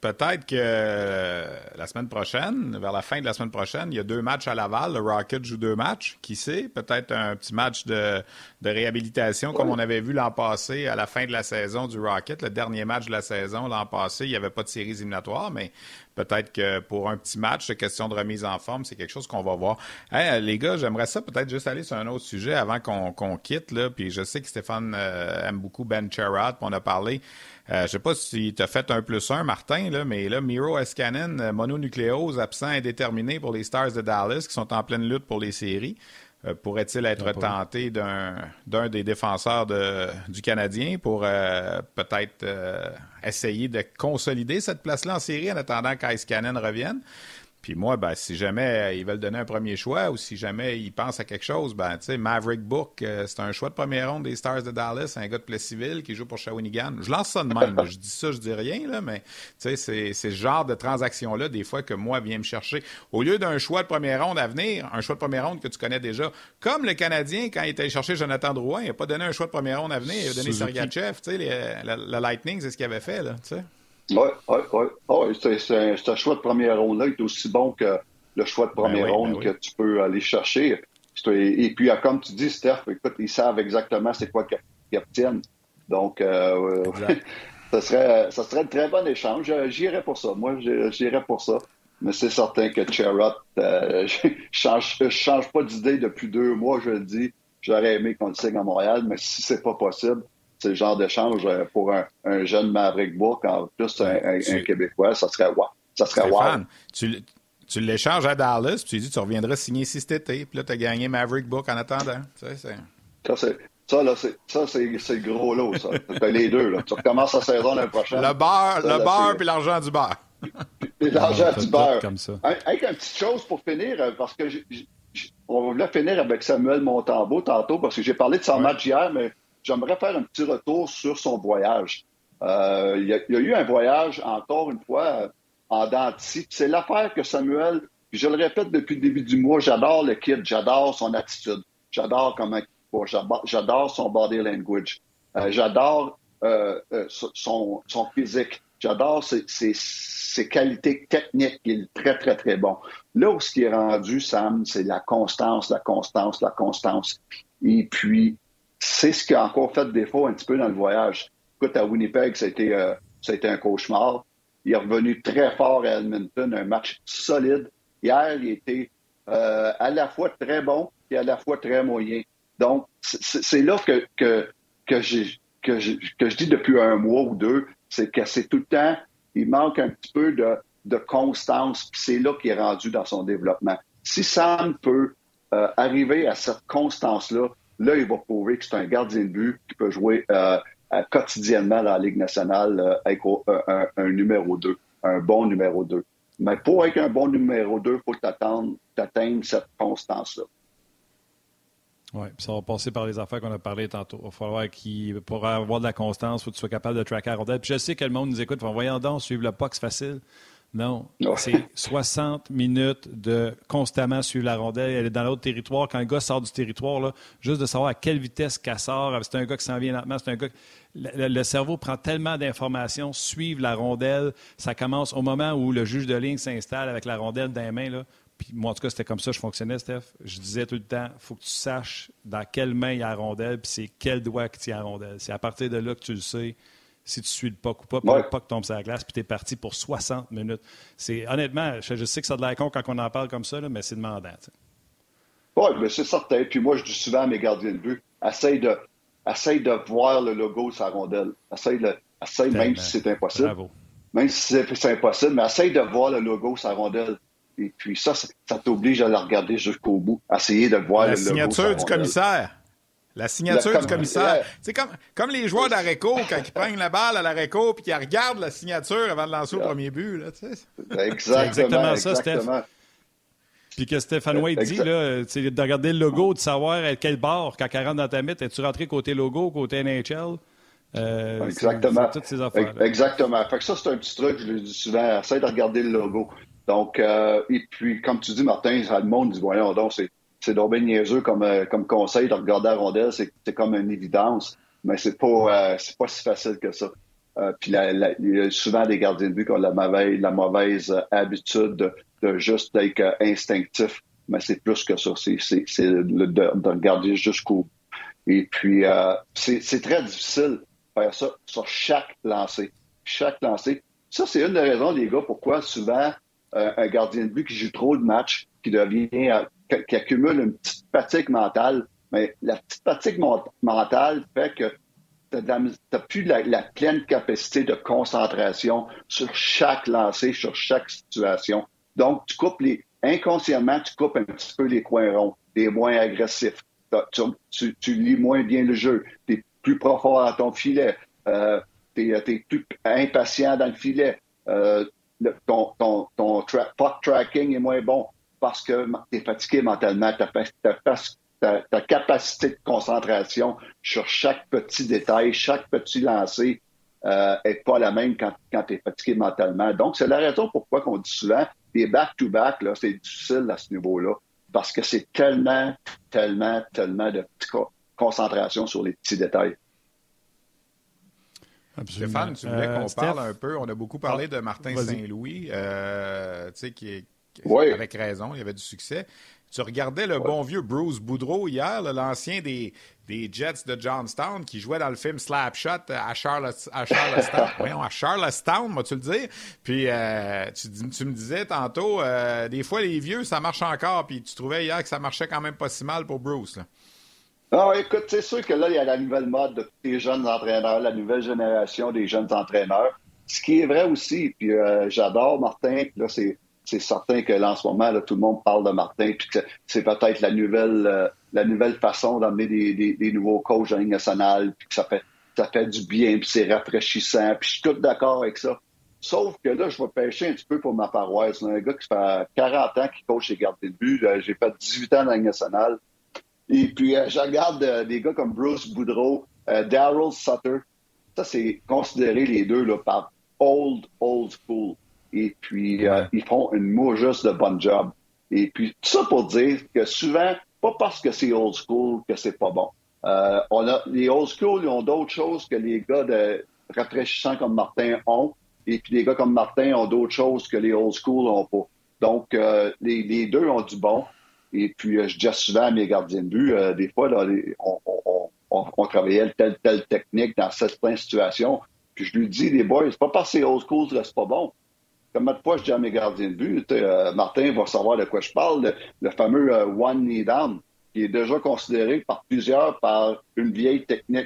peut-être que euh, la semaine prochaine, vers la fin de la semaine prochaine, il y a deux matchs à Laval. Le Rocket joue deux matchs. Qui sait? Peut-être un petit match de, de réhabilitation ouais. comme on avait vu l'an passé à la fin de la saison du Rocket. Le dernier match de la saison l'an passé, il n'y avait pas de séries éliminatoires, mais peut-être que pour un petit match, c'est question de remise en forme, c'est quelque chose qu'on va voir. Hey, les gars, j'aimerais ça peut-être juste aller sur un autre sujet avant qu'on, qu'on quitte. Là. Puis je sais que Stéphane euh, aime beaucoup Ben Chirot, on a parlé. Euh, je sais pas si tu as fait un plus un, Martin, là, mais là, Miro Heiskanen, mononucléose, absent indéterminé pour les Stars de Dallas, qui sont en pleine lutte pour les séries. Euh, pourrait-il être ah, tenté d'un, d'un des défenseurs de, du Canadien pour euh, peut-être euh, essayer de consolider cette place-là en série en attendant qu'Heiskanen revienne? Puis moi, ben, si jamais ils veulent donner un premier choix ou si jamais ils pensent à quelque chose, ben, tu sais, Maverick Book, euh, c'est un choix de première ronde des Stars de Dallas, un gars de Plessisville qui joue pour Shawinigan. Je lance ça de même. Je dis ça, je dis rien, là, mais tu sais, c'est, c'est ce genre de transaction-là, des fois, que moi, vient me chercher. Au lieu d'un choix de première ronde à venir, un choix de première ronde que tu connais déjà, comme le Canadien, quand il est allé chercher Jonathan Drouin, il n'a pas donné un choix de première ronde à venir, il a donné Sergachev, tu sais, le Lightning, c'est ce qu'il avait fait, là, tu sais. Oui, oui, oui. Oh, c'est, c'est, c'est un choix de première ronde-là qui est aussi bon que le choix de première ben oui, ronde ben oui. que tu peux aller chercher. Et puis, comme tu dis, Steph, écoute, ils savent exactement c'est quoi qu'ils obtiennent. Donc, euh, ça serait ça serait un très bon échange. J'irais pour ça. Moi, j'irais pour ça. Mais c'est certain que Chirot, euh, je change, je change pas d'idée depuis deux mois, je le dis. J'aurais aimé qu'on le signe à Montréal, mais si c'est pas possible, c'est le genre d'échange pour un, un jeune Maverick Book, en plus un, un, tu... un Québécois, ça serait wow. Ça serait wow. Tu, tu l'échanges à Dallas, puis tu dis tu reviendras signer ici cet été, puis là, tu as gagné Maverick Book en attendant. Tu sais, c'est... Ça, c'est, ça, là, c'est, ça c'est, c'est le gros lot, ça. T'as les deux, là. Tu recommences la saison l'année prochaine. Le beurre, ça, le beurre puis l'argent du beurre. Puis l'argent du beurre. Comme ça. Avec une petite chose pour finir, parce que j'ai, j'ai, on voulait finir avec Samuel Montembeault tantôt, parce que j'ai parlé de son ouais. match hier, mais j'aimerais faire un petit retour sur son voyage. Euh, il, y a, il y a eu un voyage, encore une fois, en dents de scie. C'est l'affaire que Samuel, je le répète depuis le début du mois, j'adore le kid, j'adore son attitude, j'adore comment il va, j'adore, j'adore son body language, euh, j'adore euh, euh, son, son physique, j'adore ses, ses, ses qualités techniques, il est très, très, très bon. Là où ce qui est rendu, Sam, c'est la constance, la constance, la constance. Et puis, c'est ce qui a encore fait défaut un petit peu dans le voyage. Écoute, à Winnipeg, ça a été, euh, ça a été un cauchemar. Il est revenu très fort à Edmonton, un match solide. Hier, il était euh, à la fois très bon et à la fois très moyen. Donc, c'est, c'est là que, que, que, j'ai, que, j'ai, que je dis depuis un mois ou deux, c'est que c'est tout le temps, il manque un petit peu de, de constance, puis c'est là qu'il est rendu dans son développement. Si Sam peut euh, arriver à cette constance-là, là, il va prouver que c'est un gardien de but qui peut jouer euh, euh, quotidiennement dans la Ligue nationale euh, avec euh, un, un numéro deux, un bon numéro deux. Mais pour être un bon numéro deux, il faut que tu atteignes cette constance-là. Oui, puis ça va passer par les affaires qu'on a parlé tantôt. Il va falloir qu'il, pour avoir de la constance, il faut que tu sois capable de tracker la rondelle. Puis je sais que le monde nous écoute, ils vont voyons donc, suivre le P O C, c'est facile. Non, ouais. C'est soixante minutes de constamment suivre la rondelle. Elle est dans l'autre territoire. Quand le gars sort du territoire, là, juste de savoir à quelle vitesse qu'elle sort, c'est un gars qui s'en vient lentement, c'est un gars... Le, le cerveau prend tellement d'informations, suivre la rondelle, ça commence au moment où le juge de ligne s'installe avec la rondelle dans les mains, là. Puis moi, en tout cas, c'était comme ça que je fonctionnais, Steph. Je disais tout le temps, il faut que tu saches dans quelle main il y a la rondelle, puis c'est quel doigt qui tient la rondelle. C'est à partir de là que tu le sais. Si tu suis le puck ou pas, puis ouais. le puck tombe sur la glace, puis tu es parti pour soixante minutes. C'est, honnêtement, je, je sais que ça a de l'air con quand on en parle comme ça, là, mais c'est demandant. Oui, mais c'est certain. Puis moi, je dis souvent à mes gardiens de but, essaye de, essaye de voir le logo sur la rondelle. Essaye, de, essaye même si c'est impossible. Bravo. Même si c'est, c'est impossible, mais essaye de voir le logo sur la rondelle. Et puis ça, ça, ça t'oblige à la regarder jusqu'au bout. Essayer de voir la le logo sur la rondelle. La signature du commissaire. La signature du commissaire. C'est comme, comme les joueurs d'Areco, quand ils prennent la balle à l'Areco puis qu'ils regardent la signature avant de lancer yeah. au premier but. Là, tu sais. Exactement, c'est exactement ça, exactement. Steph. Puis que Stéphane White dit, là, c'est de regarder le logo, de savoir à quel bord, quand elle rentre dans ta mythe, es-tu rentré côté logo, côté N H L? Euh, exactement. C'est, c'est toutes ces affaires. Exactement. Fait que ça, c'est un petit truc, je le dis souvent, essaye de regarder le logo. Donc, euh, et puis, comme tu dis, Martin, le monde dit, voyons donc, c'est C'est donc bien niaiseux comme, euh, comme conseil de regarder la rondelle, c'est, c'est comme une évidence, mais c'est pas, euh, c'est pas si facile que ça. Euh, puis la, la, il y a souvent des gardiens de but qui ont la mauvaise, la mauvaise habitude de, de juste être euh, instinctif, mais c'est plus que ça. C'est, c'est, c'est le, de, de regarder jusqu'au bout. Et puis, euh, c'est, c'est très difficile de faire ça sur chaque lancé. Chaque lancé. Ça, c'est une des raisons, les gars, pourquoi souvent euh, un gardien de but qui joue trop de matchs, qui devient, euh, qui, qui accumule une petite fatigue mentale, mais la petite fatigue mon- mentale fait que tu n'as plus la, la pleine capacité de concentration sur chaque lancer, sur chaque situation. Donc, tu coupes les... Inconsciemment, tu coupes un petit peu les coins ronds, t'es moins agressif, tu, tu, tu lis moins bien le jeu, tu es plus profond dans ton filet, euh, tu es plus impatient dans le filet, euh, le, ton, ton, ton tra- puck tracking est moins bon parce que tu es fatigué mentalement, ta, ta, ta, ta capacité de concentration sur chaque petit détail, chaque petit lancer euh, est pas la même quand, quand tu es fatigué mentalement. Donc, c'est la raison pourquoi on dit souvent les back-to-back, là, c'est difficile à ce niveau-là parce que c'est tellement, tellement, tellement de co- concentration sur les petits détails. Absolument. Stéphane, tu voulais euh, qu'on Steph? parle un peu. On a beaucoup parlé de Martin Vas-y. Saint-Louis, euh, tu sais, qui est qui- Oui. avec raison, il y avait du succès. Tu regardais le bon vieux Bruce Boudreau hier, là, l'ancien des, des Jets de Johnstown, qui jouait dans le film Slapshot à, Charlotte, à Charlottetown. Voyons, à Charlottetown, vas-tu le dire? Puis euh, tu, tu me disais tantôt, euh, des fois, les vieux, ça marche encore. Puis tu trouvais hier que ça marchait quand même pas si mal pour Bruce, là. Ah, écoute, c'est sûr que là, il y a la nouvelle mode de tous les jeunes entraîneurs, la nouvelle génération des jeunes entraîneurs. Ce qui est vrai aussi, puis euh, j'adore Martin, là, c'est, c'est certain que là, en ce moment, là, tout le monde parle de Martin, puis que c'est peut-être la nouvelle euh, la nouvelle façon d'amener des, des, des nouveaux coachs en Ligue nationale, puis que ça fait, ça fait du bien, puis c'est rafraîchissant, puis je suis tout d'accord avec ça. Sauf que là, je vais pêcher un petit peu pour ma paroisse. C'est un gars qui fait quarante ans qui coach les gardiens de but. Là, j'ai fait dix-huit ans dans la Ligue nationale. Et puis, euh, je regarde euh, des gars comme Bruce Boudreau, euh, Darryl Sutter. Ça, c'est considéré les deux là, par old, old school. Et puis, euh, ils font une mougeuse de bon job. Et puis, tout ça pour dire que souvent, pas parce que c'est old school que c'est pas bon. Euh, on a, les old school, ils ont d'autres choses que les gars de rafraîchissants comme Martin ont. Et puis, les gars comme Martin ont d'autres choses que les old school n'ont pas. Donc, euh, les, les deux ont du bon. Et puis, euh, je dis souvent à mes gardiens de but, euh, des fois, là, les, on, on, on, on travaillait telle, telle technique dans certaines situations. Puis je lui dis, les boys, c'est pas parce que c'est old school que c'est pas bon. Comme de fois, je dis à mes gardiens de but, euh, Martin va savoir de quoi je parle, le, le fameux euh, one knee down, qui est déjà considéré par plusieurs par une vieille technique,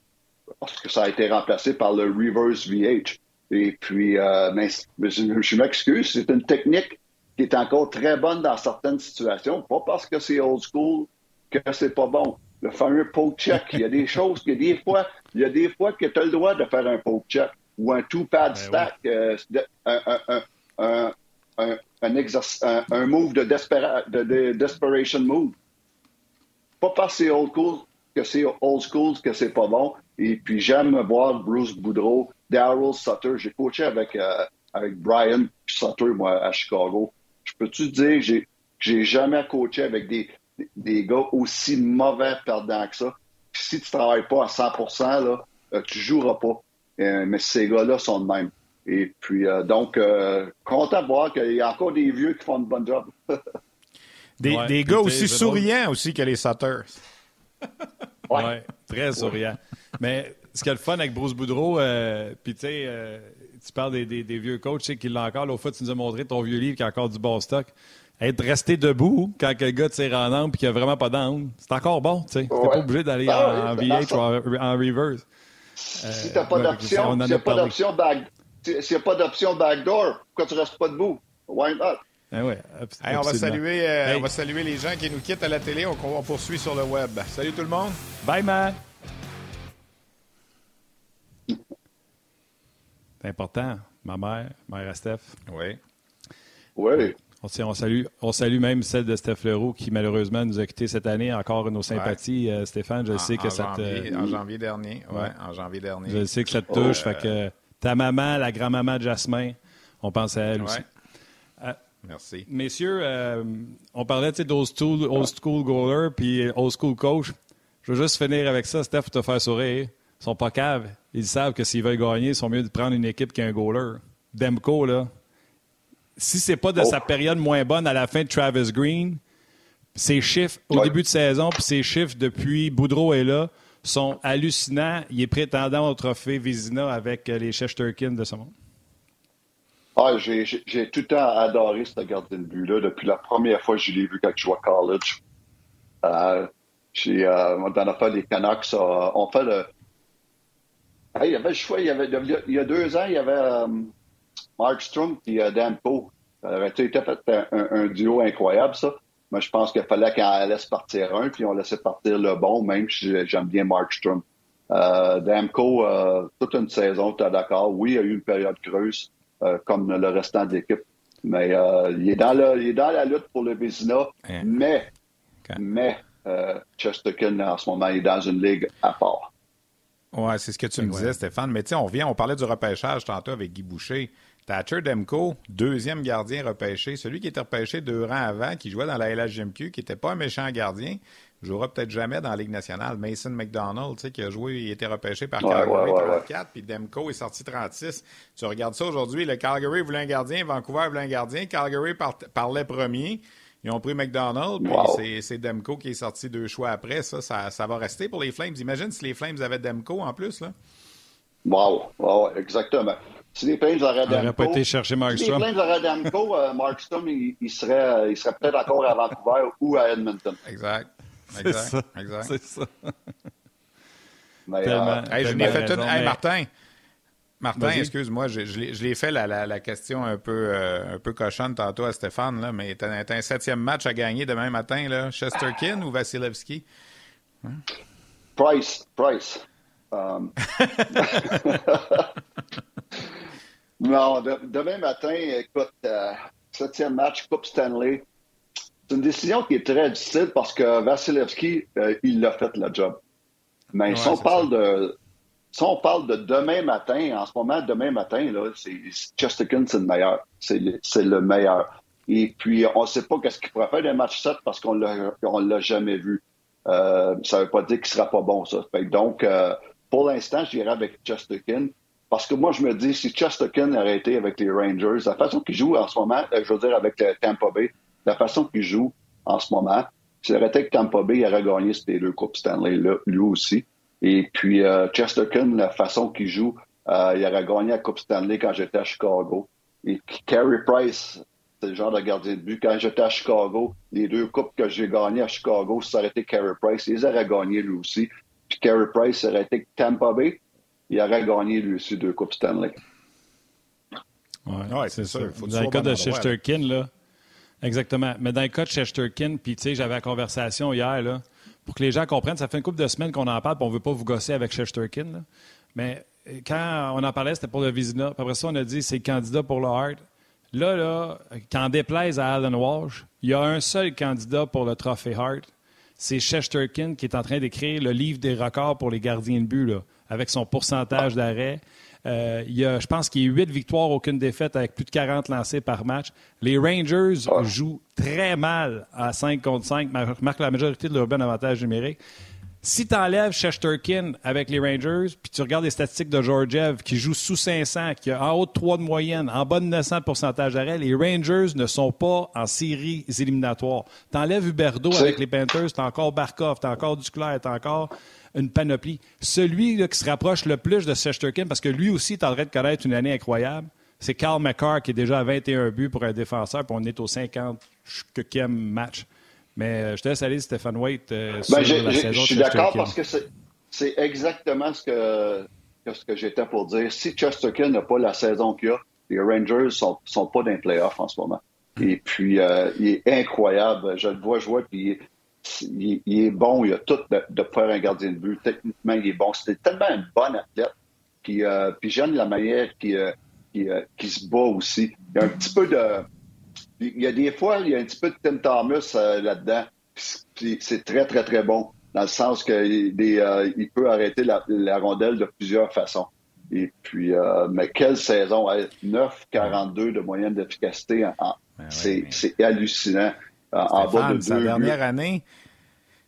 parce que ça a été remplacé par le reverse V H. Et puis, euh, mais, mais je, je m'excuse, c'est une technique qui est encore très bonne dans certaines situations, pas parce que c'est old school que c'est pas bon. Le fameux poke check, il y a des choses que des fois, il y a des fois que tu as le droit de faire un poke check ou un two-pad stack, oui. euh, un, un, un, un, un, un, exerc- un, un move de, despera- de, de desperation move. Pas parce que c'est old school que c'est old school que c'est pas bon. Et puis j'aime voir Bruce Boudreau, Darryl Sutter. J'ai coaché avec, euh, avec Brian Sutter, moi, à Chicago. Je peux-tu te dire que j'ai, j'ai jamais coaché avec des, des gars aussi mauvais perdants que ça. Puis si tu travailles pas à cent pour cent, là, euh, tu joueras pas. Euh, mais ces gars-là sont de même. Et puis, euh, donc, euh, content de voir qu'il y a encore des vieux qui font une bonne job. Des, Ouais, des gars puis aussi t'es- c'est drôle. souriants aussi que les Sutters. Oui, ouais, très souriant. Mais ce qui est le fun avec Bruce Boudreau, euh, puis tu sais, euh, tu parles des, des, des vieux coachs, tu sais, qu'il l'a encore. L'autre fois, tu nous as montré ton vieux livre qui a encore du bon stock. Être resté debout quand le gars tire en angle et qu'il n'y a vraiment pas d'angle, c'est encore bon, tu sais. T'es Ouais. pas obligé d'aller Ah en, oui, en ben, V H ça. ou en, en reverse. Si t'as pas ouais, d'option, on en a s'il n'y a pas parlé. d'option back, s'il n'y a pas d'option backdoor, pourquoi tu restes pas debout? Why not? Ah ouais, abs- Hey, on, va absolument. saluer, euh, Hey. on va saluer les gens qui nous quittent à la télé. On, on poursuit sur le web. Salut tout le monde. Bye, man! C'est important. Ma mère, mère à Steph. Oui. Oui. On, sait- on, salue, on salue même celle de Steph Leroux qui, malheureusement, nous a quittés cette année. Encore nos sympathies. Euh, Stéphane, je En, sais que en ça te... janvier, en janvier dernier. Ouais, Ouais. en janvier dernier. Je sais que ça te touche. Fait que ta maman, la grand-maman de Jasmin, on pense à elle aussi. Ouais. Euh, Merci. Messieurs, euh, on parlait tu sais, d'old school, old school goaler puis old school coach. Je veux juste finir avec ça, Steph, pour te faire sourire. sont pas caves. Ils savent que s'ils veulent gagner, ils sont mieux de prendre une équipe qu'un goaler. Demko, là, si c'est pas de oh. sa période moins bonne à la fin de Travis Green, ses chiffres au ouais. début de saison puis ses chiffres depuis Boudreau est là sont hallucinants. Il est prétendant au trophée Vézina avec les Shesterkin de ce monde. Ah, j'ai, j'ai, j'ai tout le temps adoré ce gardien de but-là. Depuis la première fois que je l'ai vu quand je jouais à college. Euh, j'ai, euh, dans l'affaire des Canucks, euh, on fait le... Hey, il y avait le choix. Il y, avait, il y a deux ans, il y avait euh, Markstrom et euh, Demko. Ça aurait été fait un, un, un duo incroyable, ça. Mais je pense qu'il fallait qu'on laisse partir un, puis on laissait partir le bon, même si j'aime bien Markstrom. Euh, Demko, euh, toute une saison, tu es d'accord. Oui, il y a eu une période creuse. Euh, comme le restant de l'équipe. Mais euh, il, est dans le, il est dans la lutte pour le Vézina, yeah. mais, okay. mais euh, Shesterkin, en ce moment, est dans une ligue à part. Oui, c'est ce que tu me disais, Stéphane. Mais tu sais, on revient, on parlait du repêchage tantôt avec Guy Boucher. Thatcher Demko, deuxième gardien repêché, celui qui était repêché deux rangs avant, qui jouait dans la L H J M Q, qui n'était pas un méchant gardien, jouera peut-être jamais dans la Ligue nationale. Mason McDonald, tu sais, qui a joué, il était repêché par Calgary ouais, ouais, ouais, trente-quatre, ouais. Puis Demko est sorti trente-six. Tu regardes ça aujourd'hui, le Calgary voulait un gardien, Vancouver voulait un gardien, Calgary par- parlait premier. Ils ont pris McDonald, puis wow. c'est, c'est Demko qui est sorti deux choix après. Ça, ça, ça va rester pour les Flames. Imagine si les Flames avaient Demko en plus, là. Wow, wow, exactement. Si les Flames auraient Demko... Il n'aurait pas été chercher Markstrom. Si les Flames auraient Demko, euh, Markstrom, il, il, serait, il serait peut-être encore à Vancouver ou à Edmonton. Exact. Exact. C'est ça. Exact. C'est ça. Mais, tellement, euh, hey, je l'ai fait une... Hey, mais... Martin, Martin, Vas-y. excuse-moi, je, je, l'ai, je l'ai fait la, la, la question un peu, euh, un peu cochonne tantôt à Stéphane, là, mais t'as, t'as un septième match à gagner demain matin, là. Shesterkin ou Vasilevski? Hein? Price. Price. Um... non, de, demain matin, écoute, euh, septième match, Coupe Stanley. C'est une décision qui est très difficile parce que Vasilevski, euh, il l'a fait le job. Mais ouais, si on parle ça. de... Si on parle de demain matin, en ce moment, demain matin, là, c'est, Shesterkin, c'est le meilleur. C'est, c'est le meilleur. Et puis, on ne sait pas qu'est-ce qu'il pourrait faire d'un match sept parce qu'on l'a, on l'a jamais vu. Euh, ça ne veut pas dire qu'il ne sera pas bon, ça. Fait, donc, euh, pour l'instant, j'irai avec Shesterkin. Parce que moi, je me dis, si Shesterkin aurait été avec les Rangers, la façon qu'il joue en ce moment, je veux dire avec le Tampa Bay, la façon qu'il joue en ce moment, s'il aurait été avec Tampa Bay, il aurait gagné ces deux Coupes Stanley, là, lui aussi. Et puis, euh, Shesterkin, la façon qu'il joue, euh, il aurait gagné la Coupe Stanley quand j'étais à Chicago. Et Carey Price, c'est le genre de gardien de but. Quand j'étais à Chicago, les deux coupes que j'ai gagnées à Chicago, ça aurait été Carey Price. Ils auraient gagné lui aussi. Puis Carey Price aurait été Tampa Bay. Il aurait gagné lui aussi deux Coupes Stanley. Oui, ouais, c'est, c'est sûr. Faut dans le cas de Shesterkin, là. Exactement. Mais dans le cas de Shesterkin, puis tu sais, j'avais la conversation hier, là. Pour que les gens comprennent, ça fait une couple de semaines qu'on en parle, puis on ne veut pas vous gosser avec Shesterkin. Là. Mais quand on en parlait, c'était pour le Vézina. Puis après ça, on a dit c'est candidat pour le Hart. Là, là, qu'en déplaise à Alan Walsh, il y a un seul candidat pour le trophée Hart. C'est Shesterkin qui est en train d'écrire le livre des records pour les gardiens de but, là, avec son pourcentage d'arrêt. Euh, il y a, je pense qu'il y a huit victoires, aucune défaite, avec plus de quarante lancés par match. Les Rangers oh. jouent très mal à cinq contre cinq, marquent la majorité de leur bon avantage numérique. Si tu enlèves Shesterkin avec les Rangers, puis tu regardes les statistiques de Georgiev, qui joue sous cinq cents, qui a en haut de trois de moyenne, en bas de neuf cents de pourcentage d'arrêt, les Rangers ne sont pas en séries éliminatoires. Tu enlèves Huberdeau C'est... avec les Panthers, tu as encore Barkov, tu as encore Duclair, tu as encore une panoplie. Celui là, qui se rapproche le plus de Shesterkin, parce que lui aussi est en train de connaître une année incroyable, c'est Carl McCarr qui est déjà à vingt et un buts pour un défenseur, puis on est au cinquantième match. Mais euh, je te laisse aller, Stéphane Waite, euh, sur ben, la saison de Je suis d'accord parce que c'est, c'est exactement ce que, que, ce que j'étais pour dire. Si Shesterkin n'a pas la saison qu'il a, les Rangers ne sont, sont pas dans les playoffs en ce moment. Et puis, euh, il est incroyable. Je le vois jouer, puis il, il, il est bon. Il a tout de, de faire un gardien de but. Techniquement, il est bon. C'était tellement un bon athlète. Puis, euh, puis j'aime la manière qu'il euh, qui, euh, qui se bat aussi. Il y a un petit peu de... Il y a des fois, il y a un petit peu de Tim Thomas euh, là-dedans. Puis c'est très, très, très bon. Dans le sens qu'il euh, peut arrêter la, la rondelle de plusieurs façons. Et puis, euh, mais quelle saison! Hein, neuf quarante-deux de moyenne d'efficacité. En, en, ben c'est, oui, mais... c'est hallucinant. En, en bas de deux sa dernière année,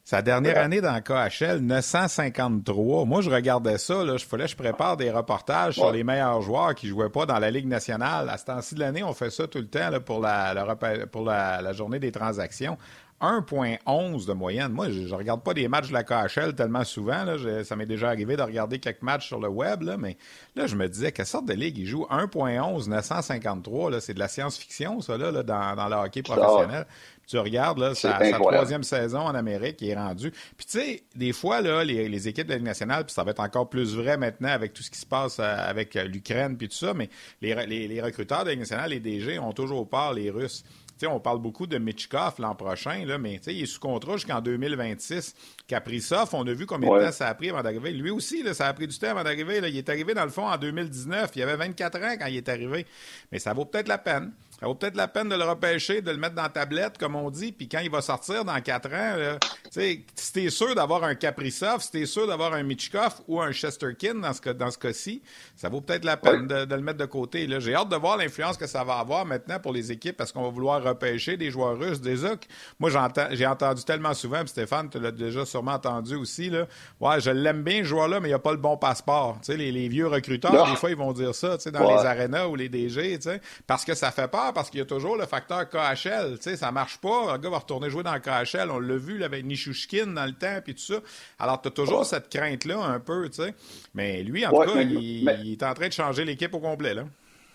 Sa dernière année dans le K H L, neuf cent cinquante-trois. Moi, je regardais ça. Il fallait que je prépare des reportages ouais. sur les meilleurs joueurs qui ne jouaient pas dans la Ligue nationale. À ce temps-ci de l'année, on fait ça tout le temps là, pour, la, la, pour la, la journée des transactions. un virgule onze de moyenne. Moi, je ne regarde pas des matchs de la K H L tellement souvent. Là. Je, ça m'est déjà arrivé de regarder quelques matchs sur le web, là, mais là, je me disais, quelle sorte de ligue il joue? un virgule onze, neuf cent cinquante-trois, là, c'est de la science-fiction, ça, là, là dans, dans le hockey professionnel. Puis tu regardes, là, sa, sa troisième saison en Amérique, il est rendu. Puis tu sais, des fois, là, les, les équipes de la Ligue nationale, puis ça va être encore plus vrai maintenant avec tout ce qui se passe avec l'Ukraine puis tout ça, mais les, les, les recruteurs de la Ligue nationale, les D G, ont toujours peur, les Russes. T'sais, on parle beaucoup de Michkov l'an prochain, là, mais il est sous contrat jusqu'en deux mille vingt-six. Kaprizov, on a vu combien ouais. de temps ça a pris avant d'arriver. Lui aussi, là, ça a pris du temps avant d'arriver. Là. Il est arrivé, dans le fond, en deux mille dix-neuf. Il avait vingt-quatre ans quand il est arrivé. Mais ça vaut peut-être la peine. Ça vaut peut-être la peine de le repêcher, de le mettre dans la tablette, comme on dit, puis quand il va sortir dans quatre ans, là, si t'es sûr d'avoir un Kaprizov, si t'es sûr d'avoir un Michkov ou un Shesterkin dans ce, dans ce cas-ci, ça vaut peut-être la peine ouais. de, de le mettre de côté. Là. J'ai hâte de voir l'influence que ça va avoir maintenant pour les équipes, parce qu'on va vouloir repêcher des joueurs russes, des A Q. Moi, j'entends, j'ai entendu tellement souvent, puis Stéphane, tu l'as déjà sûrement entendu aussi, là. Ouais, je l'aime bien, ce joueur-là, mais il n'a pas le bon passeport. T'sais, les, les vieux recruteurs, non. des fois, ils vont dire ça dans ouais. les arénas ou les D G, parce que ça fait peur, parce qu'il y a toujours le facteur K H L, tu sais, ça marche pas, le gars va retourner jouer dans le K H L, on l'a vu là, avec Nishushkin dans le temps, puis tout ça. Alors, tu as toujours ouais. cette crainte-là un peu, tu sais. Mais lui, en ouais, tout cas, mais, il, mais... il est en train de changer l'équipe au complet, là.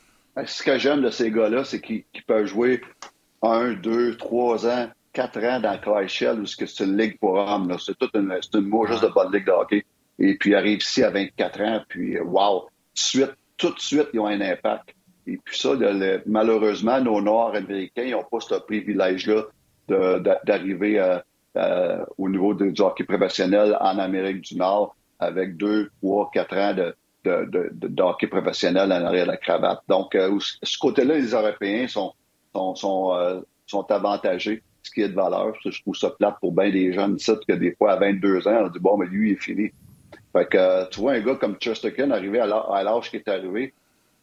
Ce que j'aime de ces gars-là, c'est qu'ils, qu'ils peuvent jouer un, deux, trois ans, quatre ans dans le K H L, ou ce que c'est une ligue pour hommes, là. C'est toute une, c'est une mot juste de bonne ligue de hockey. Et puis, ils arrivent ici à vingt-quatre ans, puis wow, tout de suite, tout de suite, ils ont un impact. Et puis ça, le, le, malheureusement, nos Nord-Américains n'ont pas ce privilège-là de, de, d'arriver à, à, au niveau de, du hockey professionnel en Amérique du Nord avec deux, trois, quatre ans de, de, de, de, de hockey professionnel en arrière de la cravate. Donc, euh, ce côté-là, les Européens sont, sont, sont, euh, sont avantagés, ce qui est de valeur. Je trouve ça plate pour bien des jeunes sites que des fois, à vingt-deux ans, on dit « Bon, mais lui, il est fini ». Fait que euh, tu vois un gars comme Chesterkin arrivé à l'âge qui est arrivé,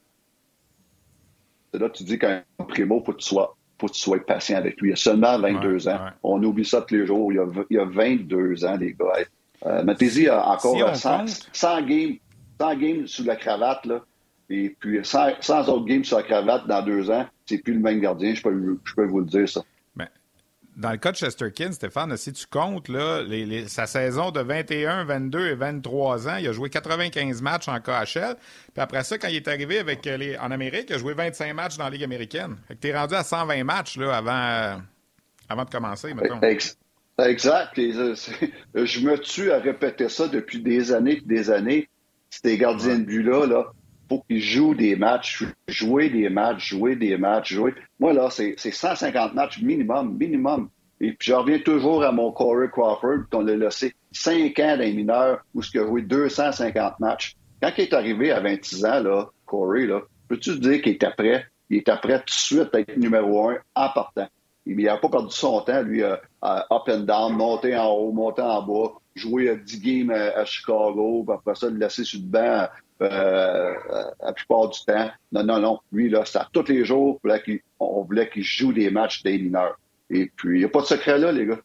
c'est là que tu dis qu'un primo, il faut que tu sois, faut que tu sois patient avec lui. Il a seulement vingt-deux ouais, ans. Ouais. On oublie ça tous les jours. Il a, il a vingt-deux ans, les gars. Euh, mettez-y encore si cent, cent games, cent games sous la cravate, là. Et puis cent, cent autres games sur la cravate dans deux ans, c'est plus le même gardien. Je peux, je peux vous le dire, ça. Mais dans le cas de Shesterkin, Stéphane, si tu comptes là, les, les, sa saison de vingt et un, vingt-deux et vingt-trois ans, il a joué quatre-vingt-quinze matchs en K H L. Puis après ça, quand il est arrivé avec les, en Amérique, il a joué vingt-cinq matchs dans la Ligue américaine. Fait que t'es rendu à cent vingt matchs là, avant, euh, avant de commencer, mettons. Exact. Je me tue à répéter ça depuis des années et des années. Ces gardiens de but-là, là, faut qu'ils jouent des matchs, jouer des matchs, jouer des matchs, jouer. Moi, là, c'est, c'est cent cinquante matchs minimum, minimum. Et puis, je reviens toujours à mon Corey Crawford, qu'on l'a laissé cinq ans dans les mineurs, où il a joué deux cent cinquante matchs. Quand il est arrivé à vingt-six ans, là, Corey, là, peux-tu te dire qu'il était prêt? Il était prêt tout de suite à être numéro un en partant. Il n'a pas perdu son temps, lui, à, à up and down, monter en haut, monter en bas, jouer à dix games à, à Chicago, puis après ça, le laisser sur le banc euh, la plupart du temps. Non, non, non. Lui, là, c'est à tous les jours, on voulait qu'il, on voulait qu'il joue des matchs des mineurs. Et puis, il n'y a pas de secret là, les gars.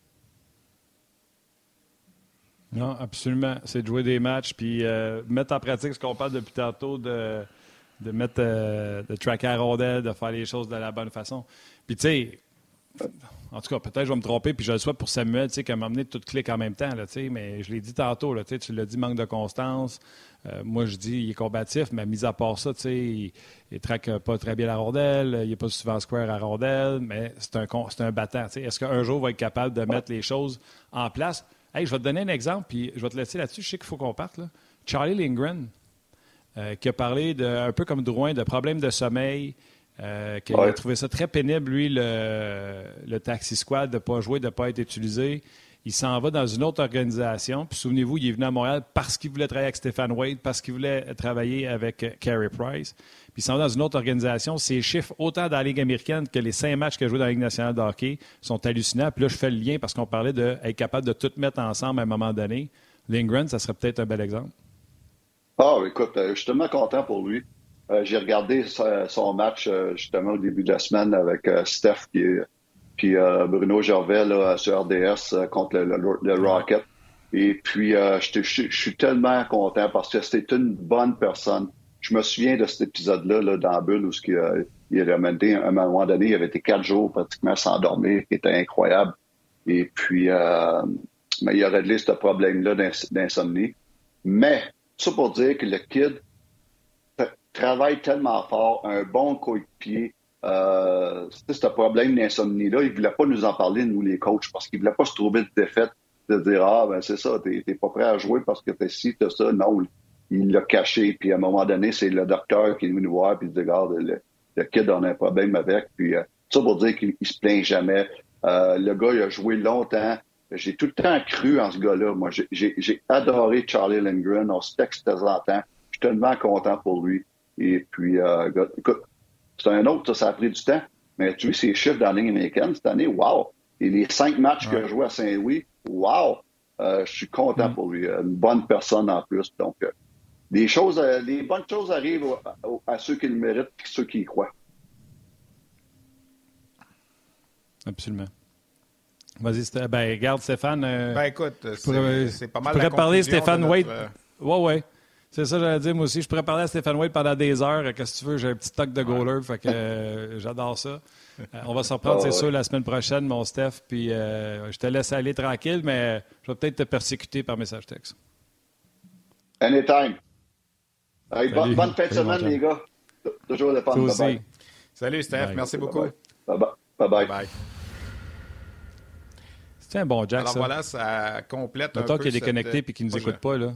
Non, absolument. C'est de jouer des matchs, puis euh, mettre en pratique ce qu'on parle depuis tantôt, de, de mettre, euh, de tracker à rondelle, de faire les choses de la bonne façon. Puis, tu sais, en tout cas, peut-être je vais me tromper, puis je le souhaite pour Samuel, tu sais, qu'à m'amener tout clic en même temps, là, tu sais, mais je l'ai dit tantôt, là, tu sais, tu l'as dit, manque de constance. Euh, moi, je dis, il est combatif, mais mis à part ça, tu sais, il, il traque pas très bien la rondelle, il n'est pas souvent square à rondelle, mais c'est un, c'est un battant, tu sais. Est-ce qu'un jour, il va être capable de mettre les choses en place? Hey, je vais te donner un exemple, puis je vais te laisser là-dessus, je sais qu'il faut qu'on parte, là. Charlie Lindgren, euh, qui a parlé, de, un peu comme Drouin, de problèmes de sommeil, Euh, qu'il ouais. a trouvé ça très pénible, lui, le, le Taxi Squad, de ne pas jouer, de ne pas être utilisé. Il s'en va dans une autre organisation. Puis souvenez-vous, il est venu à Montréal parce qu'il voulait travailler avec Stéphane Wade, parce qu'il voulait travailler avec uh, Carey Price. Puis il s'en va dans une autre organisation. Ses chiffres, autant dans la Ligue américaine que les cinq matchs qu'il a joué dans la Ligue nationale de hockey, sont hallucinants. Puis là, je fais le lien parce qu'on parlait d'être capable de tout mettre ensemble à un moment donné. Lindgren, ça serait peut-être un bel exemple. Ah, écoute, je suis tellement content pour lui. Euh, j'ai regardé sa, son match euh, justement au début de la semaine avec euh, Steph qui est, puis euh, Bruno Gervais là, sur R D S euh, contre le, le, le Rocket. Et puis, euh, je suis tellement content parce que c'était une bonne personne. Je me souviens de cet épisode-là là, dans la bulle où il, euh, il a amené, à un moment donné, il avait été quatre jours pratiquement sans dormir, qui était incroyable. Et puis, euh, mais il a réglé ce problème-là d'insomnie. Mais, ça pour dire que le kid travaille tellement fort, un bon coéquipier. Euh, c'était ce problème d'insomnie-là. Il ne voulait pas nous en parler, nous, les coachs, parce qu'il ne voulait pas se trouver de défaite, de dire « Ah, ben c'est ça, t'es, t'es pas prêt à jouer parce que t'es ci, t'as ça. » Non, il l'a caché. Puis à un moment donné, c'est le docteur qui est venu nous voir puis il dit « Regarde, le, le kid, on a un problème avec. » Puis euh, ça pour dire qu'il ne se plaint jamais. Euh, le gars, il a joué longtemps. J'ai tout le temps cru en ce gars-là. Moi, j'ai, j'ai, j'ai adoré Charlie Lindgren. On se texte de temps en temps. Je suis tellement content pour lui. Et puis, euh, écoute, c'est un autre, ça, ça a pris du temps. Mais tu vois, ses chiffres dans la ligne américaine cette année, wow! Et les cinq matchs ouais. qu'il a joué à Saint-Louis, wow! Euh, je suis content mm. pour lui. Une bonne personne en plus. Donc, euh, les choses, euh, les bonnes choses arrivent à, à, à ceux qui le méritent et ceux qui y croient. Absolument. Vas-y, ben, regarde, Stéphane. Euh, ben, écoute, c'est, pourrais, c'est pas mal je pourrais la parler Stéphane notre... Wade. Ouais, ouais. C'est ça, j'allais dire, moi aussi. Je pourrais parler à Stéphane Wade pendant des heures. Qu'est-ce que tu veux? J'ai un petit toc de goaler, ouais. fait que euh, j'adore ça. Euh, on va se reprendre, oh, c'est ouais. sûr, la semaine prochaine, mon Steph. Puis euh, je te laisse aller tranquille, mais je vais peut-être te persécuter par message texte. Anytime. Hey, bonne, bonne fin de semaine, les gars. Toujours le fun. Toi aussi. Bye-bye. Salut, Steph. Bye. Merci beaucoup. Bye-bye. Bye-bye. Bye-bye. C'est un bon Jack, Alors ça. voilà, ça complète le un temps peu qu'il est déconnecté cette... et qu'il ne nous Moi, écoute je... pas, là.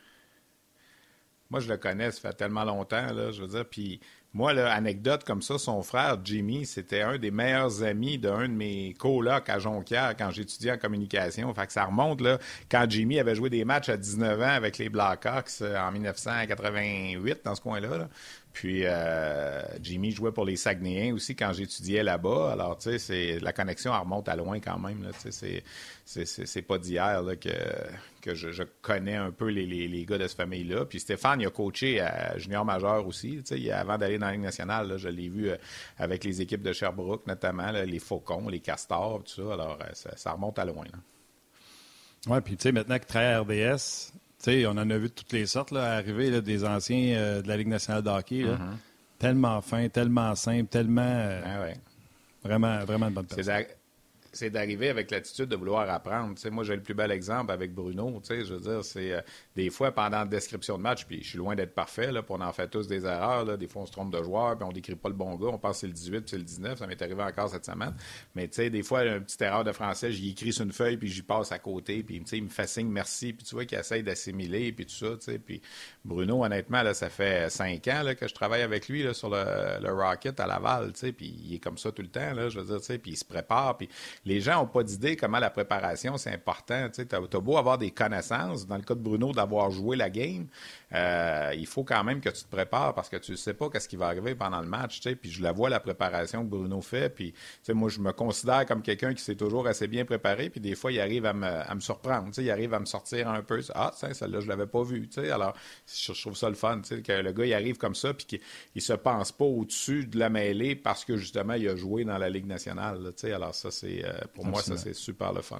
Moi, je le connais, ça fait tellement longtemps, là, je veux dire. Puis moi, là, anecdote comme ça, son frère, Jimmy, c'était un des meilleurs amis d'un de mes colocs à Jonquière quand j'étudiais en communication. Fait que ça remonte, là, quand Jimmy avait joué des matchs à dix-neuf ans avec les Blackhawks en dix-neuf cent quatre-vingt-huit, dans ce coin-là, là. Puis euh, Jimmy jouait pour les Saguenayens aussi quand j'étudiais là-bas. Alors, tu sais, c'est, la connexion, elle remonte à loin quand même. Là, tu sais, c'est, c'est, c'est, c'est pas d'hier là, que, que je, je connais un peu les, les, les gars de cette famille-là. Puis Stéphane, il a coaché à junior majeur aussi. Tu sais, avant d'aller dans la Ligue nationale, là, je l'ai vu euh, avec les équipes de Sherbrooke, notamment là, les Faucons, les Castors, tout ça. Alors, euh, ça, ça remonte à loin. Oui, puis tu sais, maintenant qu'il travaille à R D S... Tu sais, on en a vu de toutes les sortes là, arriver là, des anciens euh, de la Ligue nationale de hockey. Là. Mm-hmm. Tellement fin, tellement simple, tellement... Euh, ah ouais. Vraiment, vraiment une bonne personne. C'est, d'a... c'est d'arriver avec l'attitude de vouloir apprendre. Tu sais, moi, j'ai le plus bel exemple avec Bruno. Tu sais, je veux dire, c'est euh, des fois, pendant la description de match, puis je suis loin d'être parfait, là, puis on en fait tous des erreurs. Là. Des fois, on se trompe de joueur, puis on décrit pas le bon gars. On pense que c'est le dix-huit, puis c'est le dix-neuf. Ça m'est arrivé encore cette semaine. Mais tu sais, des fois, une petite erreur de français, j'y écris sur une feuille, puis j'y passe à côté, puis tu sais, il me fait signe merci, puis tu vois qu'il essaye d'assimiler, puis tout ça, tu sais. Puis Bruno, honnêtement, là, ça fait cinq ans là, que je travaille avec lui là, sur le, le Rocket à Laval, tu sais, puis il est comme ça tout le temps, là, je veux dire, tu sais, puis il se prépare, puis les gens n'ont pas d'idée comment la préparation, c'est important, tu sais, t'as, t'as beau avoir des connaissances, dans le cas de Bruno, d'avoir joué la game, euh, il faut quand même que tu te prépares parce que tu ne sais pas qu'est-ce qui va arriver pendant le match, tu sais, puis je la vois, la préparation que Bruno fait, puis, tu sais, moi, je me considère comme quelqu'un qui s'est toujours assez bien préparé, puis des fois, il arrive à me, à me surprendre, tu sais, il arrive à me sortir un peu, ah, tiens, celle-là, je l'avais pas vue, tu sais, alors, je, je trouve ça le fun, tu sais, que le gars, il arrive comme ça, puis qu'il il se pense pas au-dessus de la mêlée parce que, justement, il a joué dans la Ligue nationale, tu sais, alors ça, c'est, euh, pour Absolument. moi, ça, c'est super le fun.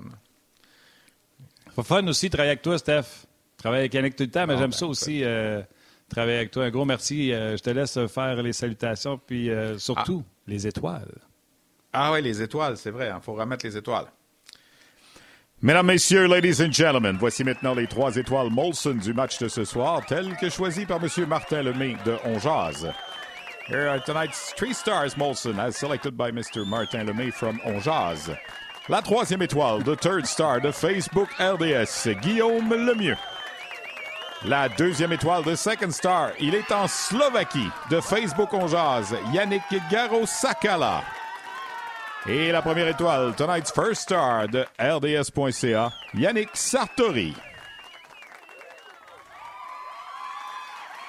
C'est fun aussi de travailler avec toi, Steph. Travailler avec Yannick tout le temps, mais bon, j'aime ben, ça aussi, euh, travailler avec toi. Un gros merci. Euh, je te laisse faire les salutations, puis euh, surtout, ah. les étoiles. Ah oui, les étoiles, c'est vrai. Il faut remettre les étoiles. Mesdames, Messieurs, ladies and gentlemen, voici maintenant les trois étoiles Molson du match de ce soir, telles que choisies par M. Martin Lemay de On Jase. Here are tonight's three stars Molson, as selected by Mister Martin Lemay from On Jase. La troisième étoile, the third star de Facebook R D S, Guillaume Lemieux. La deuxième étoile de Second Star, il est en Slovaquie, de Facebook On Jase, Yannick Garosakala. Et la première étoile, tonight's first star de R D S point C A, Yannick Sartori.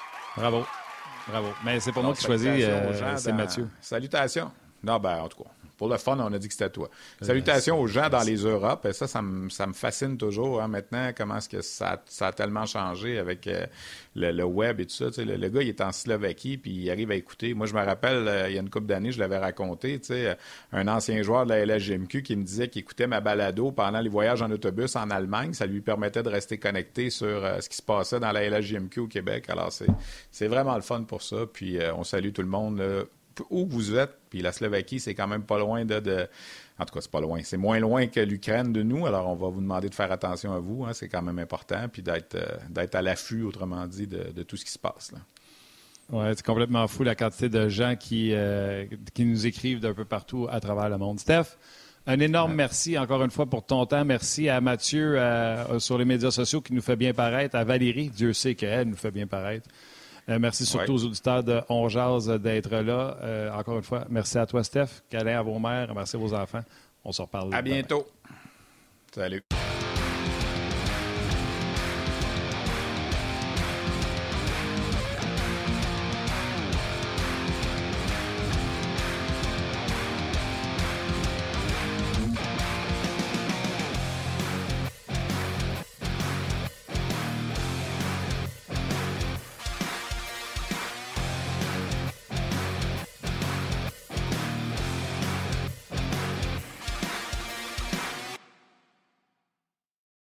Bravo. Bravo. Mais c'est pour Alors, moi qui choisis, euh, c'est dans... Mathieu. Salutations. Non, ben, en tout cas, pour le fun, on a dit que c'était toi. Salutations aux gens dans les Europes. Ça, ça me, ça me fascine toujours. Hein, maintenant, comment est-ce que ça, ça a tellement changé avec euh, le, le web et tout ça. Le, le gars, il est en Slovaquie, puis il arrive à écouter. Moi, je me rappelle, euh, il y a une couple d'années, je l'avais raconté, un ancien joueur de la L H J M Q qui me disait qu'il écoutait ma balado pendant les voyages en autobus en Allemagne. Ça lui permettait de rester connecté sur euh, ce qui se passait dans la L H J M Q au Québec. Alors, c'est, c'est vraiment le fun pour ça. Puis, euh, on salue tout le monde. Là, où vous êtes, puis la Slovaquie, c'est quand même pas loin de, de... En tout cas, c'est pas loin. C'est moins loin que l'Ukraine de nous, alors on va vous demander de faire attention à vous, hein, c'est quand même important, puis d'être, euh, d'être à l'affût, autrement dit, de, de tout ce qui se passe, là. Oui, c'est complètement fou la quantité de gens qui, euh, qui nous écrivent d'un peu partout à travers le monde. Steph, un énorme ouais. merci encore une fois pour ton temps. Merci à Mathieu euh, sur les médias sociaux qui nous fait bien paraître, à Valérie, Dieu sait qu'elle nous fait bien paraître. Euh, merci surtout ouais. aux auditeurs de On Jase d'être là. Euh, encore une fois, merci à toi, Steph. Câlin à vos mères, merci à vos enfants. On se reparle. À bientôt. Salut.